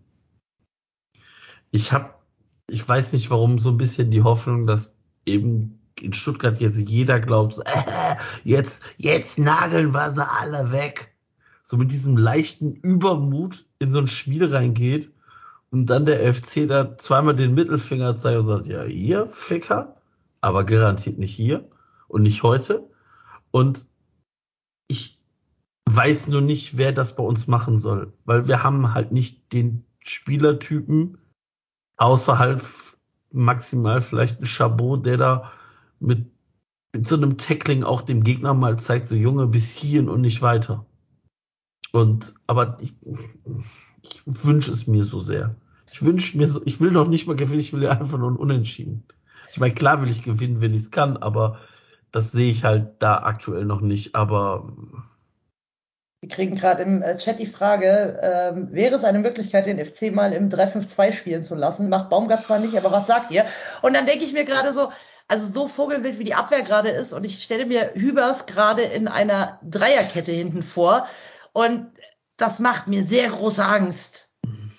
C: ich weiß nicht warum, so ein bisschen die Hoffnung, dass eben in Stuttgart jetzt jeder glaubt, so, jetzt nageln wir sie alle weg. So mit diesem leichten Übermut in so ein Spiel reingeht und dann der FC da zweimal den Mittelfinger zeigt und sagt, ja, hier, Ficker, aber garantiert nicht hier und nicht heute. Und ich weiß nur nicht, wer das bei uns machen soll, weil wir haben halt nicht den Spielertypen, außerhalb maximal vielleicht ein Chabot, der da mit so einem Tackling auch dem Gegner mal zeigt, so Junge, bis hierhin und nicht weiter. Aber ich wünsche es mir so sehr. Ich will noch nicht mal gewinnen, ich will ja einfach nur ein Unentschieden. Ich meine, klar will ich gewinnen, wenn ich es kann, aber das sehe ich halt da aktuell noch nicht. Aber
D: Wir kriegen gerade im Chat die Frage, wäre es eine Möglichkeit, den FC mal im 3-5-2 spielen zu lassen? Macht Baumgart zwar nicht, aber was sagt ihr? Und dann denke ich mir gerade so, also so vogelwild wie die Abwehr gerade ist, und ich stelle mir Hübers gerade in einer Dreierkette hinten vor, und das macht mir sehr große Angst.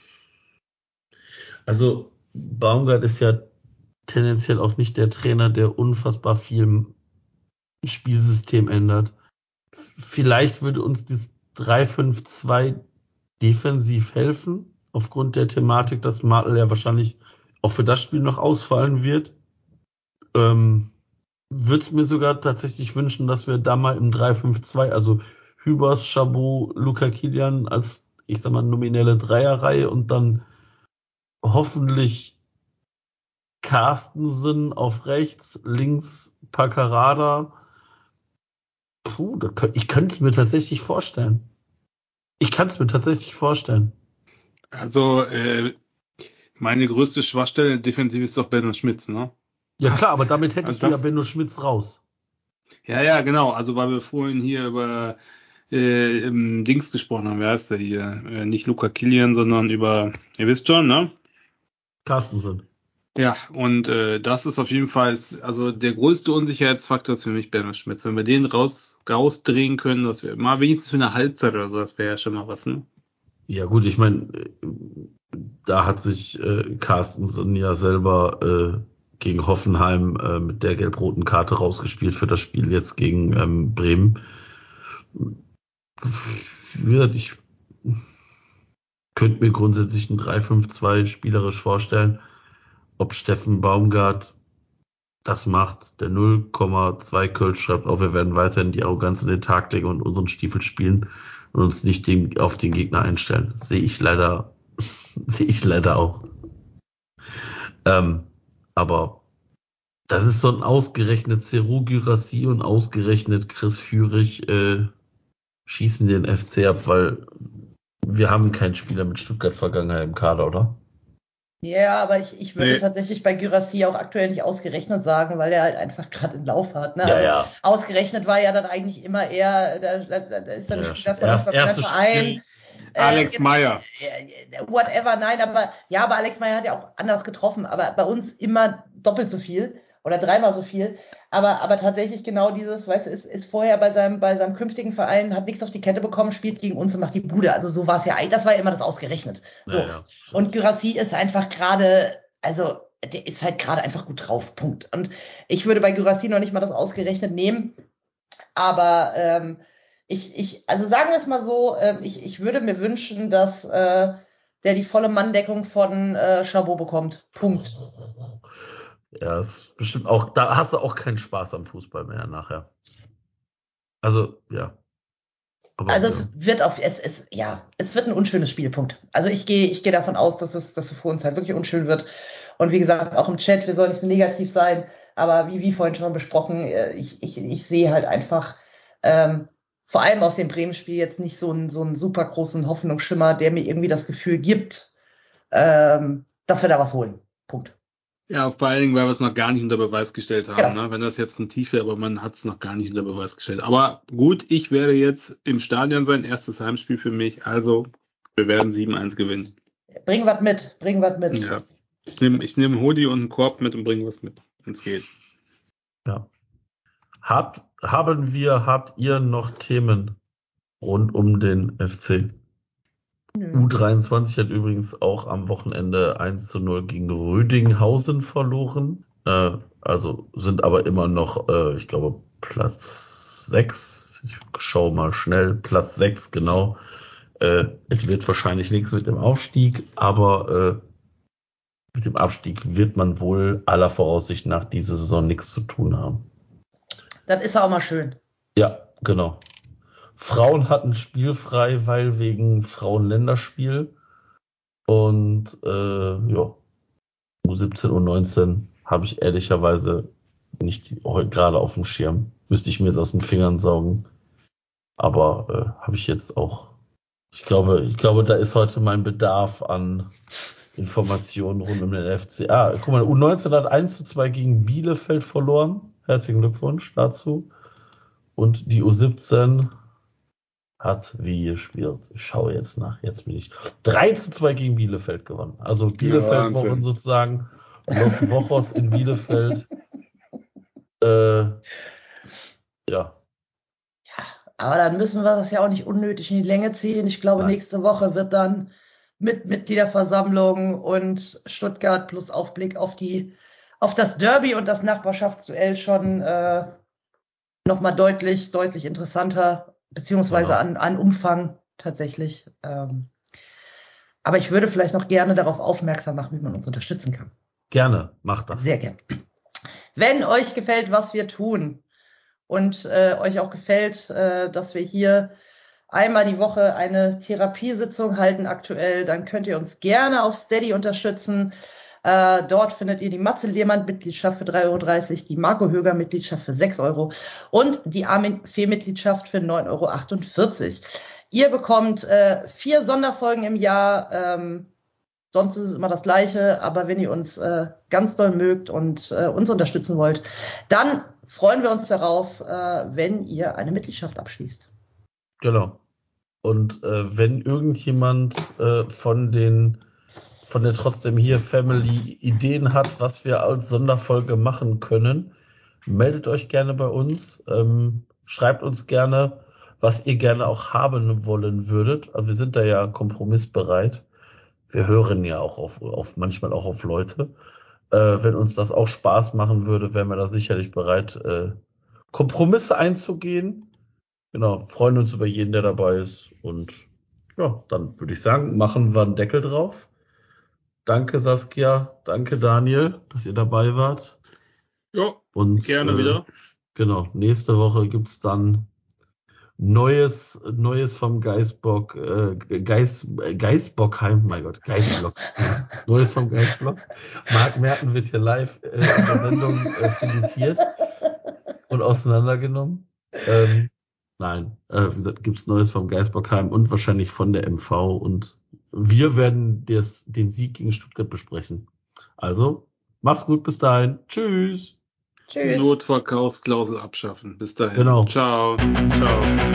C: also Baumgart ist ja tendenziell auch nicht der Trainer, der unfassbar viel im Spielsystem ändert. Vielleicht würde uns das 3-5-2 defensiv helfen, aufgrund der Thematik, dass Martel ja wahrscheinlich auch für das Spiel noch ausfallen wird. Würde es mir sogar tatsächlich wünschen, dass wir da mal im 3-5-2, also Hübers, Chabot, Luca Kilian als, ich sag mal, nominelle Dreierreihe und dann hoffentlich Carstensen auf rechts, links Paccarada. Ich könnte es mir tatsächlich vorstellen. Ich kann es mir tatsächlich vorstellen.
E: Also, meine größte Schwachstelle defensiv ist doch Benno Schmitz, ne?
C: Ja klar, aber damit hättest
E: Also
C: du ja Benno Schmitz raus.
E: Ja, genau. Also, weil wir vorhin hier über Dings gesprochen haben. Wer heißt der hier? Nicht Luca Kilian, sondern über, ihr wisst schon, ne?
C: Carstensen.
E: Ja, und das ist auf jeden Fall, also der größte Unsicherheitsfaktor ist für mich Benno Schmitz. Wenn wir den rausdrehen können, dass wir mal wenigstens für eine Halbzeit oder so, das wäre ja schon mal was, ne?
C: Ja gut, ich meine, da hat sich Carstensen ja selber gegen Hoffenheim mit der gelb-roten Karte rausgespielt für das Spiel jetzt gegen Bremen. Ich könnte mir grundsätzlich ein 3-5-2 spielerisch vorstellen. Ob Steffen Baumgart das macht, der 0,2 Kölsch schreibt auf, wir werden weiterhin die Arroganz in den Tag legen und unseren Stiefel spielen und uns nicht auf den Gegner einstellen. Sehe ich leider auch. Aber das ist so ein ausgerechnet Serhou Guirassy und ausgerechnet Chris Führig schießen den FC ab, weil wir haben keinen Spieler mit Stuttgart-Vergangenheit im Kader, oder?
D: Ja, aber ich würde
E: Nee.
D: tatsächlich bei Guirassy auch aktuell nicht ausgerechnet sagen, weil er halt einfach gerade einen Lauf hat. Ne?
C: Ja,
D: Also
C: ja.
D: Ausgerechnet war ja dann eigentlich immer eher, da ist dann ein
C: Ja,
D: Spieler von
C: erstes
D: einem Verein.
C: Spiel.
E: Alex Meyer.
D: Whatever, nein, aber Alex Meyer hat ja auch anders getroffen, aber bei uns immer doppelt so viel oder dreimal so viel. Aber tatsächlich genau dieses, weißt du, ist vorher bei seinem künftigen Verein, hat nichts auf die Kette bekommen, spielt gegen uns und macht die Bude. Also so war es ja eigentlich, das war ja immer das ausgerechnet. So.
C: Ja.
D: Und Guirassy ist einfach gerade, also der ist halt gerade einfach gut drauf, Punkt. Und ich würde bei Guirassy noch nicht mal das ausgerechnet nehmen, aber also sagen wir es mal so, ich würde mir wünschen, dass der die volle Manndeckung von Chabot bekommt. Punkt.
C: Ja, ist bestimmt auch, da hast du auch keinen Spaß am Fußball mehr nachher. Also, ja. Aber,
D: Also
C: ja.
D: es wird ein unschönes Spielpunkt. Also ich gehe davon aus, dass es für uns halt wirklich unschön wird. Und wie gesagt, auch im Chat, wir sollen nicht so negativ sein, aber wie vorhin schon besprochen, ich sehe halt einfach vor allem aus dem Bremen-Spiel jetzt nicht so einen super großen Hoffnungsschimmer, der mir irgendwie das Gefühl gibt, dass wir da was holen. Punkt.
E: Ja, vor allen Dingen, weil wir es noch gar nicht unter Beweis gestellt haben.
D: Genau.
E: Ne? Wenn das jetzt ein Tief wäre, aber man hat es noch gar nicht unter Beweis gestellt. Aber gut, ich werde jetzt im Stadion sein, erstes Heimspiel für mich. Also, wir werden 7-1 gewinnen.
D: Bring was mit.
E: Ja. Ich nehm einen Hoodie und einen Korb mit und bringe was mit, wenn es geht.
C: Ja. Habt ihr noch Themen rund um den FC? U23 hat übrigens auch am Wochenende 1-0 gegen Rödinghausen verloren. Also sind aber immer noch, ich glaube, Platz 6. Ich schaue mal schnell. Platz 6, genau. Es wird wahrscheinlich nichts mit dem Aufstieg, aber mit dem Abstieg wird man wohl aller Voraussicht nach diese Saison nichts zu tun haben.
D: Das ist auch mal schön.
C: Ja, genau. Frauen hatten spielfrei, weil wegen Frauenländerspiel. Und ja, U17 und U19 habe ich ehrlicherweise nicht heute gerade auf dem Schirm. Müsste ich mir jetzt aus den Fingern saugen. Aber habe ich jetzt auch. Ich glaube, da ist heute mein Bedarf an Informationen rund um den FC. Guck mal, U19 hat 1-2 gegen Bielefeld verloren. Herzlichen Glückwunsch dazu. Und die U17 hat wie gespielt. Ich schaue jetzt nach. Jetzt bin ich 3-2 gegen Bielefeld gewonnen. Also Bielefeld-Wochen sozusagen. Los Wochos in Bielefeld. Ja.
D: Aber dann müssen wir das ja auch nicht unnötig in die Länge ziehen. Ich glaube,
C: Nein.
D: nächste Woche wird dann mit Mitgliederversammlung und Stuttgart plus Aufblick auf das Derby und das Nachbarschaftsduell schon nochmal deutlich interessanter, beziehungsweise an Umfang tatsächlich. Aber ich würde vielleicht noch gerne darauf aufmerksam machen, wie man uns unterstützen kann.
C: Gerne, macht das.
D: Sehr gern. Wenn euch gefällt, was wir tun und euch auch gefällt, dass wir hier einmal die Woche eine Therapiesitzung halten aktuell, dann könnt ihr uns gerne auf Steady unterstützen. Dort findet ihr die Matze-Lehmann-Mitgliedschaft für 3,30 €, die Marco Höger-Mitgliedschaft für 6 € und die Armin Fee-Mitgliedschaft für 9,48 €. Ihr bekommt 4 Sonderfolgen im Jahr. Sonst ist es immer das Gleiche. Aber wenn ihr uns ganz doll mögt und uns unterstützen wollt, dann freuen wir uns darauf, wenn ihr eine Mitgliedschaft abschließt.
C: Genau. Und wenn irgendjemand von der Trotzdem hier Family Ideen hat, was wir als Sonderfolge machen können, meldet euch gerne bei uns. Schreibt uns gerne, was ihr gerne auch haben wollen würdet. Also wir sind da ja kompromissbereit. Wir hören ja auch auf manchmal auch auf Leute. Wenn uns das auch Spaß machen würde, wären wir da sicherlich bereit, Kompromisse einzugehen. Genau, freuen uns über jeden, der dabei ist. Und ja, dann würde ich sagen, machen wir einen Deckel drauf. Danke Saskia, danke Daniel, dass ihr dabei wart.
E: Ja,
C: Und
E: gerne wieder.
C: Genau, nächste Woche gibt's dann Neues vom Geistbock, Geistbockheim, mein Gott, Geistblock. Neues vom Geistblock. Marc Merten wird hier live in der Sendung filetiert und auseinandergenommen. Nein, wie gesagt, gibt's Neues vom Geistbockheim und wahrscheinlich von der MV und wir werden den Sieg gegen Stuttgart besprechen. Also, mach's gut, bis dahin. Tschüss.
D: Tschüss.
E: Notverkaufsklausel abschaffen. Bis dahin.
C: Genau.
E: Ciao. Ciao.